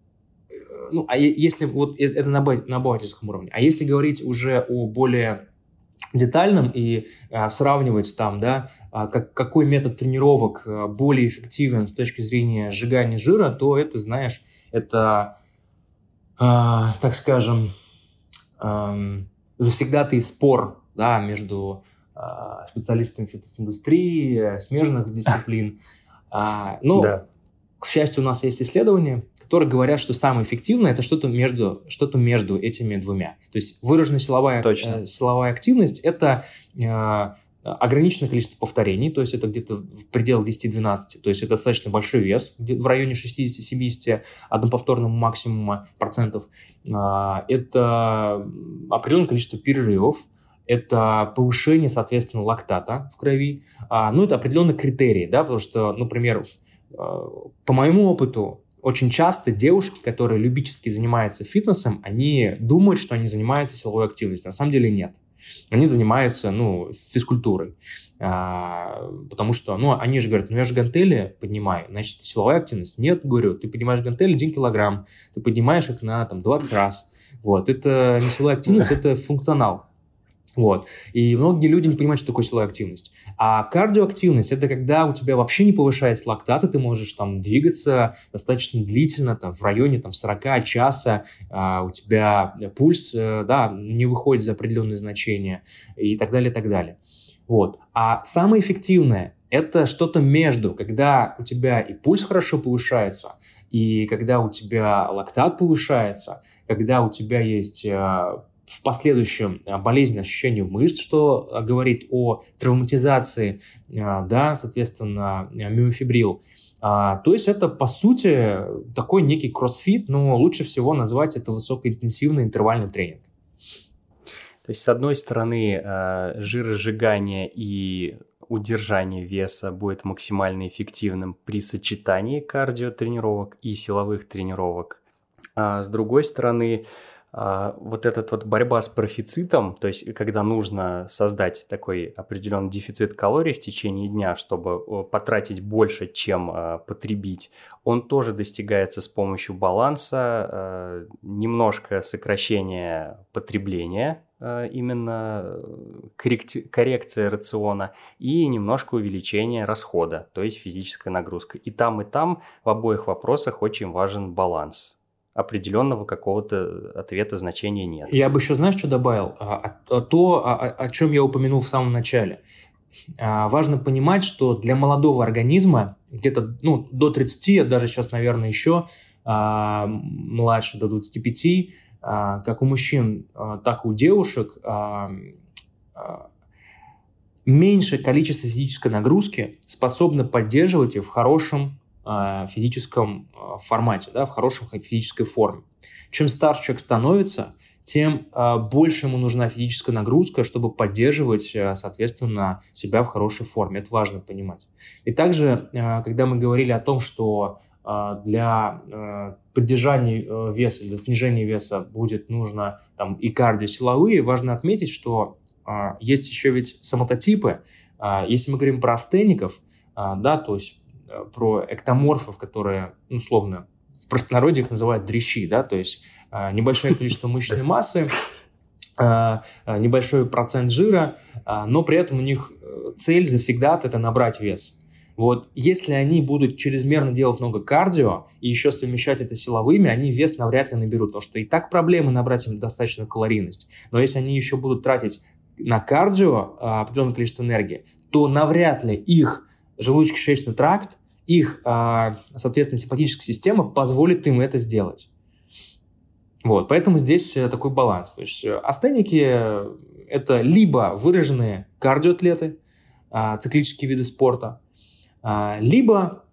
Если вот это на обывательском уровне, а если говорить уже о более детальном и сравнивать какой метод тренировок более эффективен с точки зрения сжигания жира, то это, знаешь, это, так скажем, завсегдатый спор, да, между специалистами фитнес-индустрии, смежных дисциплин. Да. К счастью, у нас есть исследования, которые говорят, что самое эффективное – это что-то между этими двумя. То есть выраженная силовая активность – это ограниченное количество повторений, то есть это где-то в пределах 10-12, то есть это достаточно большой вес, в районе 60-70 одноповторного максимума процентов. Это определенное количество перерывов, это повышение, соответственно, лактата в крови. Ну, это определенные критерии, да, потому что, например, по моему опыту, очень часто девушки, которые любительски занимаются фитнесом, они думают, что они занимаются силовой активностью. На самом деле нет. Они занимаются, физкультурой. Потому что, они же говорят, я же гантели поднимаю, значит, это силовая активность. Нет, говорю, ты поднимаешь гантели 1 килограмм, ты поднимаешь их на 20 раз. Вот, это не силовая активность, это функционал. Вот. И многие люди не понимают, что такое силовая активность. А кардиоактивность – это когда у тебя вообще не повышается лактат, и ты можешь двигаться достаточно длительно, в районе 40 часа, у тебя пульс не выходит за определенные значения и так далее, и так далее. Вот. А самое эффективное – это что-то между, когда у тебя и пульс хорошо повышается, и когда у тебя лактат повышается, когда у тебя есть в последующем болезненное ощущение в мышц, что говорит о травматизации, соответственно, миофибрил. То есть это, по сути, такой некий кроссфит, но лучше всего назвать это высокоинтенсивный интервальный тренинг. То есть, с одной стороны, жиросжигание и удержание веса будет максимально эффективным при сочетании кардиотренировок и силовых тренировок. А с другой стороны, вот эта борьба с профицитом, то есть когда нужно создать такой определенный дефицит калорий в течение дня, чтобы потратить больше, чем потребить, он тоже достигается с помощью баланса, немножко сокращения потребления, именно коррекция рациона, и немножко увеличение расхода, то есть физическая нагрузка. И там в обоих вопросах очень важен баланс. Определенного какого-то ответа, значения нет. Я бы еще, знаешь, что добавил? То, о чем я упомянул в самом начале. Важно понимать, что для молодого организма, где-то до 30, а даже сейчас, наверное, еще младше, до 25, как у мужчин, так и у девушек, меньшее количество физической нагрузки способно поддерживать их в хорошем физическом формате, в хорошей физической форме. Чем старше человек становится, тем больше ему нужна физическая нагрузка, чтобы поддерживать, соответственно, себя в хорошей форме. Это важно понимать. И также, когда мы говорили о том, что для поддержания веса, для снижения веса будет нужно и кардиосиловые, важно отметить, что есть еще ведь соматотипы. Если мы говорим про астеников, то есть про эктоморфов, которые, условно, в простонародье их называют дрищи, то есть небольшое количество мышечной массы, небольшой процент жира, но при этом у них цель завсегда это набрать вес. Вот если они будут чрезмерно делать много кардио и еще совмещать это силовыми, они вес навряд ли наберут, потому что и так проблемы набрать им достаточную калорийность. Но если они еще будут тратить на кардио определенное количество энергии, то навряд ли их желудочно-кишечный тракт, их, соответственно, симпатическая система позволит им это сделать. Вот, поэтому здесь такой баланс. То есть астеники – это либо выраженные кардиоатлеты, циклические виды спорта, либо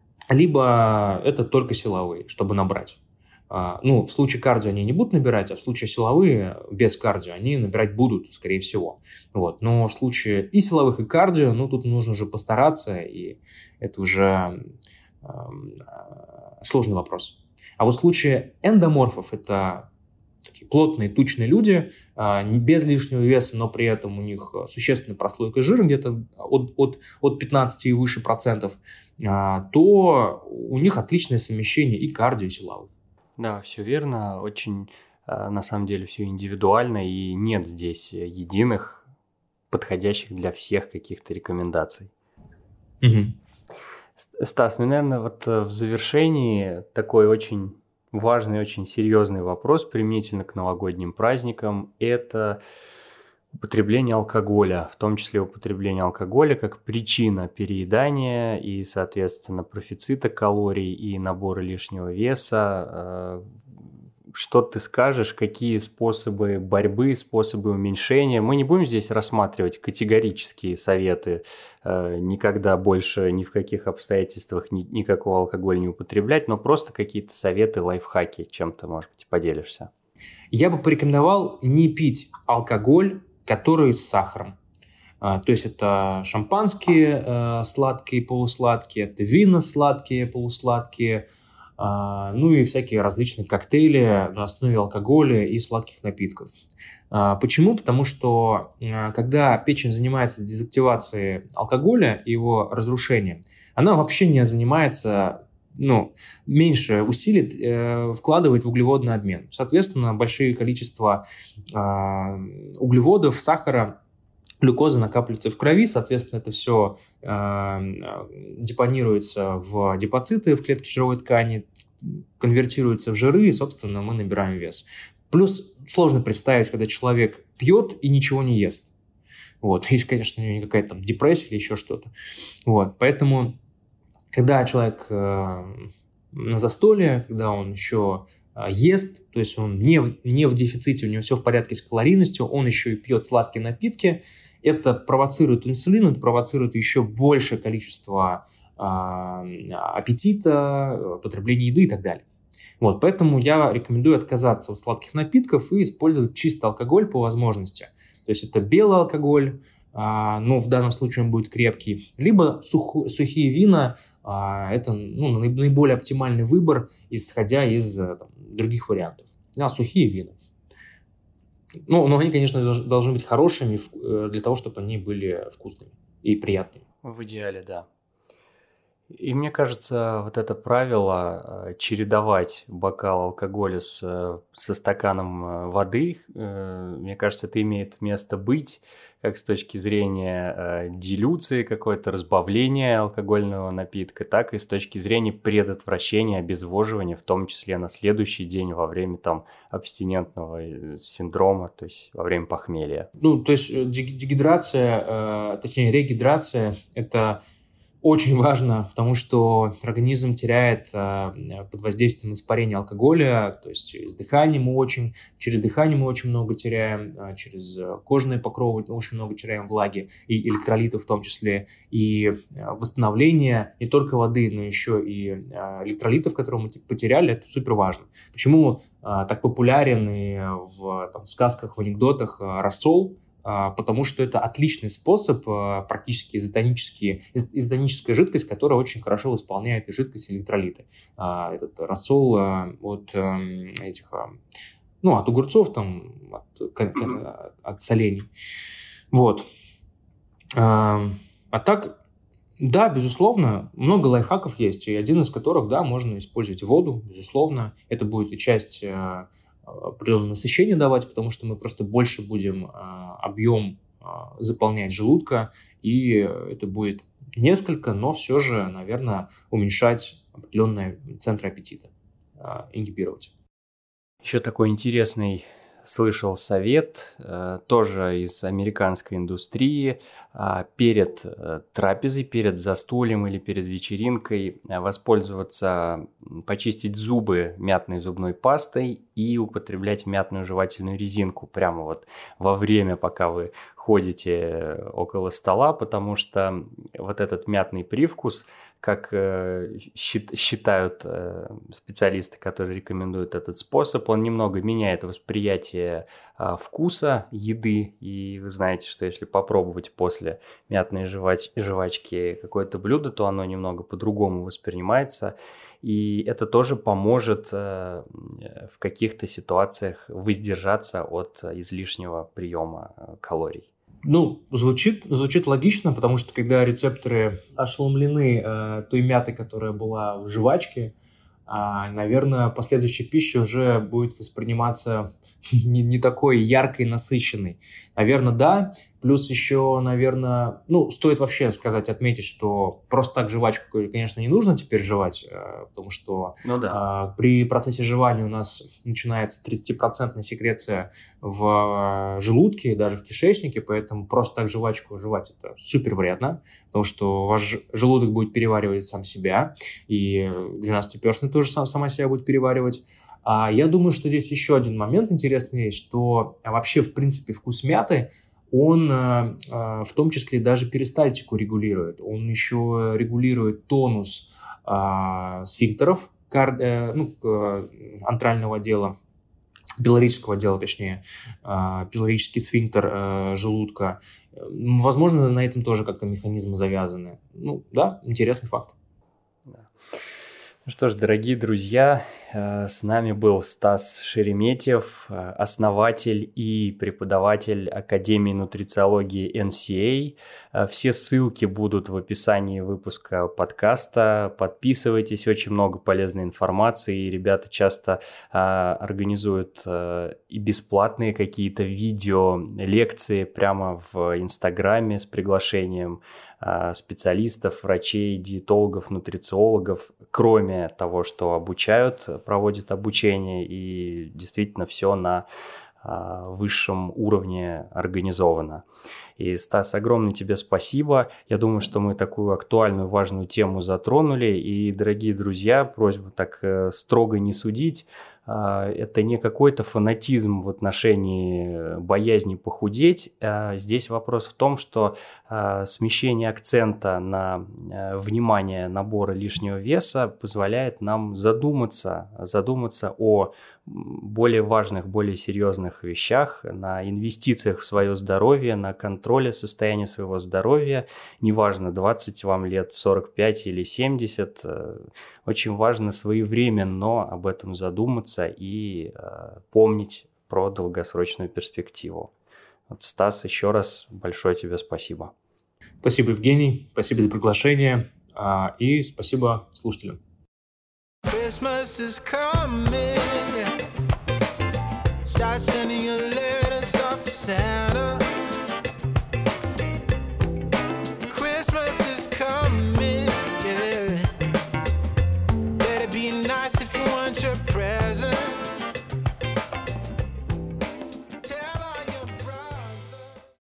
это только силовые, чтобы набрать. В случае кардио они не будут набирать, а в случае силовые без кардио они набирать будут, скорее всего. Вот. Но в случае и силовых, и кардио, тут нужно уже постараться, и это уже сложный вопрос. А вот в случае эндоморфов, это такие плотные, тучные люди, без лишнего веса, но при этом у них существенная прослойка жира, где-то от 15 и выше процентов, то у них отличное совмещение и кардио, и силовых. Да, все верно, очень на самом деле все индивидуально, и нет здесь единых, подходящих для всех каких-то рекомендаций. Угу. Стас, наверное, в завершении такой очень важный, очень серьезный вопрос применительно к новогодним праздникам – это употребление алкоголя, в том числе употребление алкоголя как причина переедания и, соответственно, профицита калорий и набора лишнего веса. что ты скажешь, какие способы борьбы, способы уменьшения? Мы не будем здесь рассматривать категорические советы, никогда больше ни в каких обстоятельствах никакого алкоголя не употреблять, но просто какие-то советы, лайфхаки, чем-то, может быть, поделишься. Я бы порекомендовал не пить алкоголь, который с сахаром. То есть это шампанские сладкие, полусладкие, это вина сладкие, полусладкие, ну и всякие различные коктейли на основе алкоголя и сладких напитков. Почему? Потому что когда печень занимается дезактивацией алкоголя и его разрушением, она вообще не занимается, меньше усилий вкладывает в углеводный обмен. Соответственно, большие количества углеводов, сахара, глюкоза накапливается в крови, соответственно, это все депонируется в депоциты, в клетки жировой ткани, конвертируется в жиры, и, собственно, мы набираем вес. Плюс сложно представить, когда человек пьет и ничего не ест. Есть, конечно, у него какая-то там депрессия или еще что-то. Поэтому, когда человек на застолье, когда он еще ест, то есть он не в дефиците, у него все в порядке с калорийностью, он еще и пьет сладкие напитки, это провоцирует инсулин, это провоцирует еще большее количество аппетита, потребления еды и так далее. Поэтому я рекомендую отказаться от сладких напитков и использовать чистый алкоголь по возможности. То есть это белый алкоголь, но в данном случае он будет крепкий, либо сухие вина, это наиболее оптимальный выбор, исходя из других вариантов. Сухие вина. Но они, конечно, должны быть хорошими для того, чтобы они были вкусными и приятными. В идеале, да. И мне кажется, вот это правило чередовать бокал алкоголя со стаканом воды, мне кажется, это имеет место быть, как с точки зрения дилюции, какое-то разбавления алкогольного напитка, так и с точки зрения предотвращения обезвоживания, в том числе на следующий день во время абстинентного синдрома, то есть во время похмелья. То есть дегидрация, точнее регидрация – это очень важно, потому что организм теряет под воздействием испарения алкоголя, то есть через дыхание через дыхание мы очень много теряем, через кожные покровы очень много теряем влаги и электролитов в том числе, и восстановление не только воды, но еще и электролитов, которые мы потеряли, это супер важно. Почему так популярен и в сказках, в анекдотах рассол? Потому что это отличный способ, практически изотоническая жидкость, которая очень хорошо восполняет и жидкость, и электролиты. Этот рассол от огурцов, от солений. А так, да, безусловно, много лайфхаков есть, и один из которых, да, можно использовать воду, безусловно. Это будет и часть определенное насыщение давать, потому что мы просто больше будем объем заполнять желудка, и это будет несколько, но все же, наверное, уменьшать определенные центры аппетита, ингибировать. Еще такой интересный слышал совет, тоже из американской индустрии, перед трапезой, перед застольем или перед вечеринкой почистить зубы мятной зубной пастой и употреблять мятную жевательную резинку прямо во время, пока вы ходите около стола, потому что этот мятный привкус, как считают специалисты, которые рекомендуют этот способ, он немного меняет восприятие вкуса еды, и вы знаете, что если попробовать после мятной жвачки какое-то блюдо, то оно немного по-другому воспринимается, и это тоже поможет в каких-то ситуациях воздержаться от излишнего приема калорий. Звучит логично, потому что когда рецепторы ошеломлены той мятой, которая была в жвачке, наверное, последующая пища уже будет восприниматься не такой яркой, насыщенной. Наверное, да. Плюс еще, наверное, стоит вообще отметить, что просто так жвачку, конечно, не нужно теперь жевать, потому что при процессе жевания у нас начинается 30% секреция в желудке, даже в кишечнике, поэтому просто так жвачку жевать это супер вредно, потому что ваш желудок будет переваривать сам себя, и 12-перстный тоже сама себя будет переваривать. Я думаю, что здесь еще один момент интересный есть, что вообще, в принципе, вкус мяты, он в том числе даже перистальтику регулирует. Он еще регулирует тонус сфинктеров, антрального отдела, пилорического отдела, точнее, пилорический сфинктер желудка. Возможно, на этом тоже как-то механизмы завязаны. Да, интересный факт. Ну что ж, дорогие друзья, с нами был Стас Шереметьев, основатель и преподаватель Академии нутрициологии NCA. Все ссылки будут в описании выпуска подкаста. Подписывайтесь, очень много полезной информации. Ребята часто организуют и бесплатные какие-то видео, лекции прямо в Инстаграме с приглашением специалистов, врачей, диетологов, нутрициологов, кроме того, что обучают, проводят обучение, и действительно все на высшем уровне организовано. И, Стас, огромное тебе спасибо. Я думаю, что мы такую актуальную, важную тему затронули. И, дорогие друзья, просьба так строго не судить. Это не какой-то фанатизм в отношении боязни похудеть. Здесь вопрос в том, что смещение акцента на внимание набора лишнего веса позволяет нам задуматься о более важных, более серьезных вещах, на инвестициях в свое здоровье, на контроле состояния своего здоровья. Неважно, 20 вам лет, 45 или 70, очень важно своевременно об этом задуматься и помнить про долгосрочную перспективу. Стас, еще раз большое тебе спасибо. Спасибо, Евгений, спасибо за приглашение и спасибо слушателям. Christmas is coming, yeah. Start sending your letters off to Santa.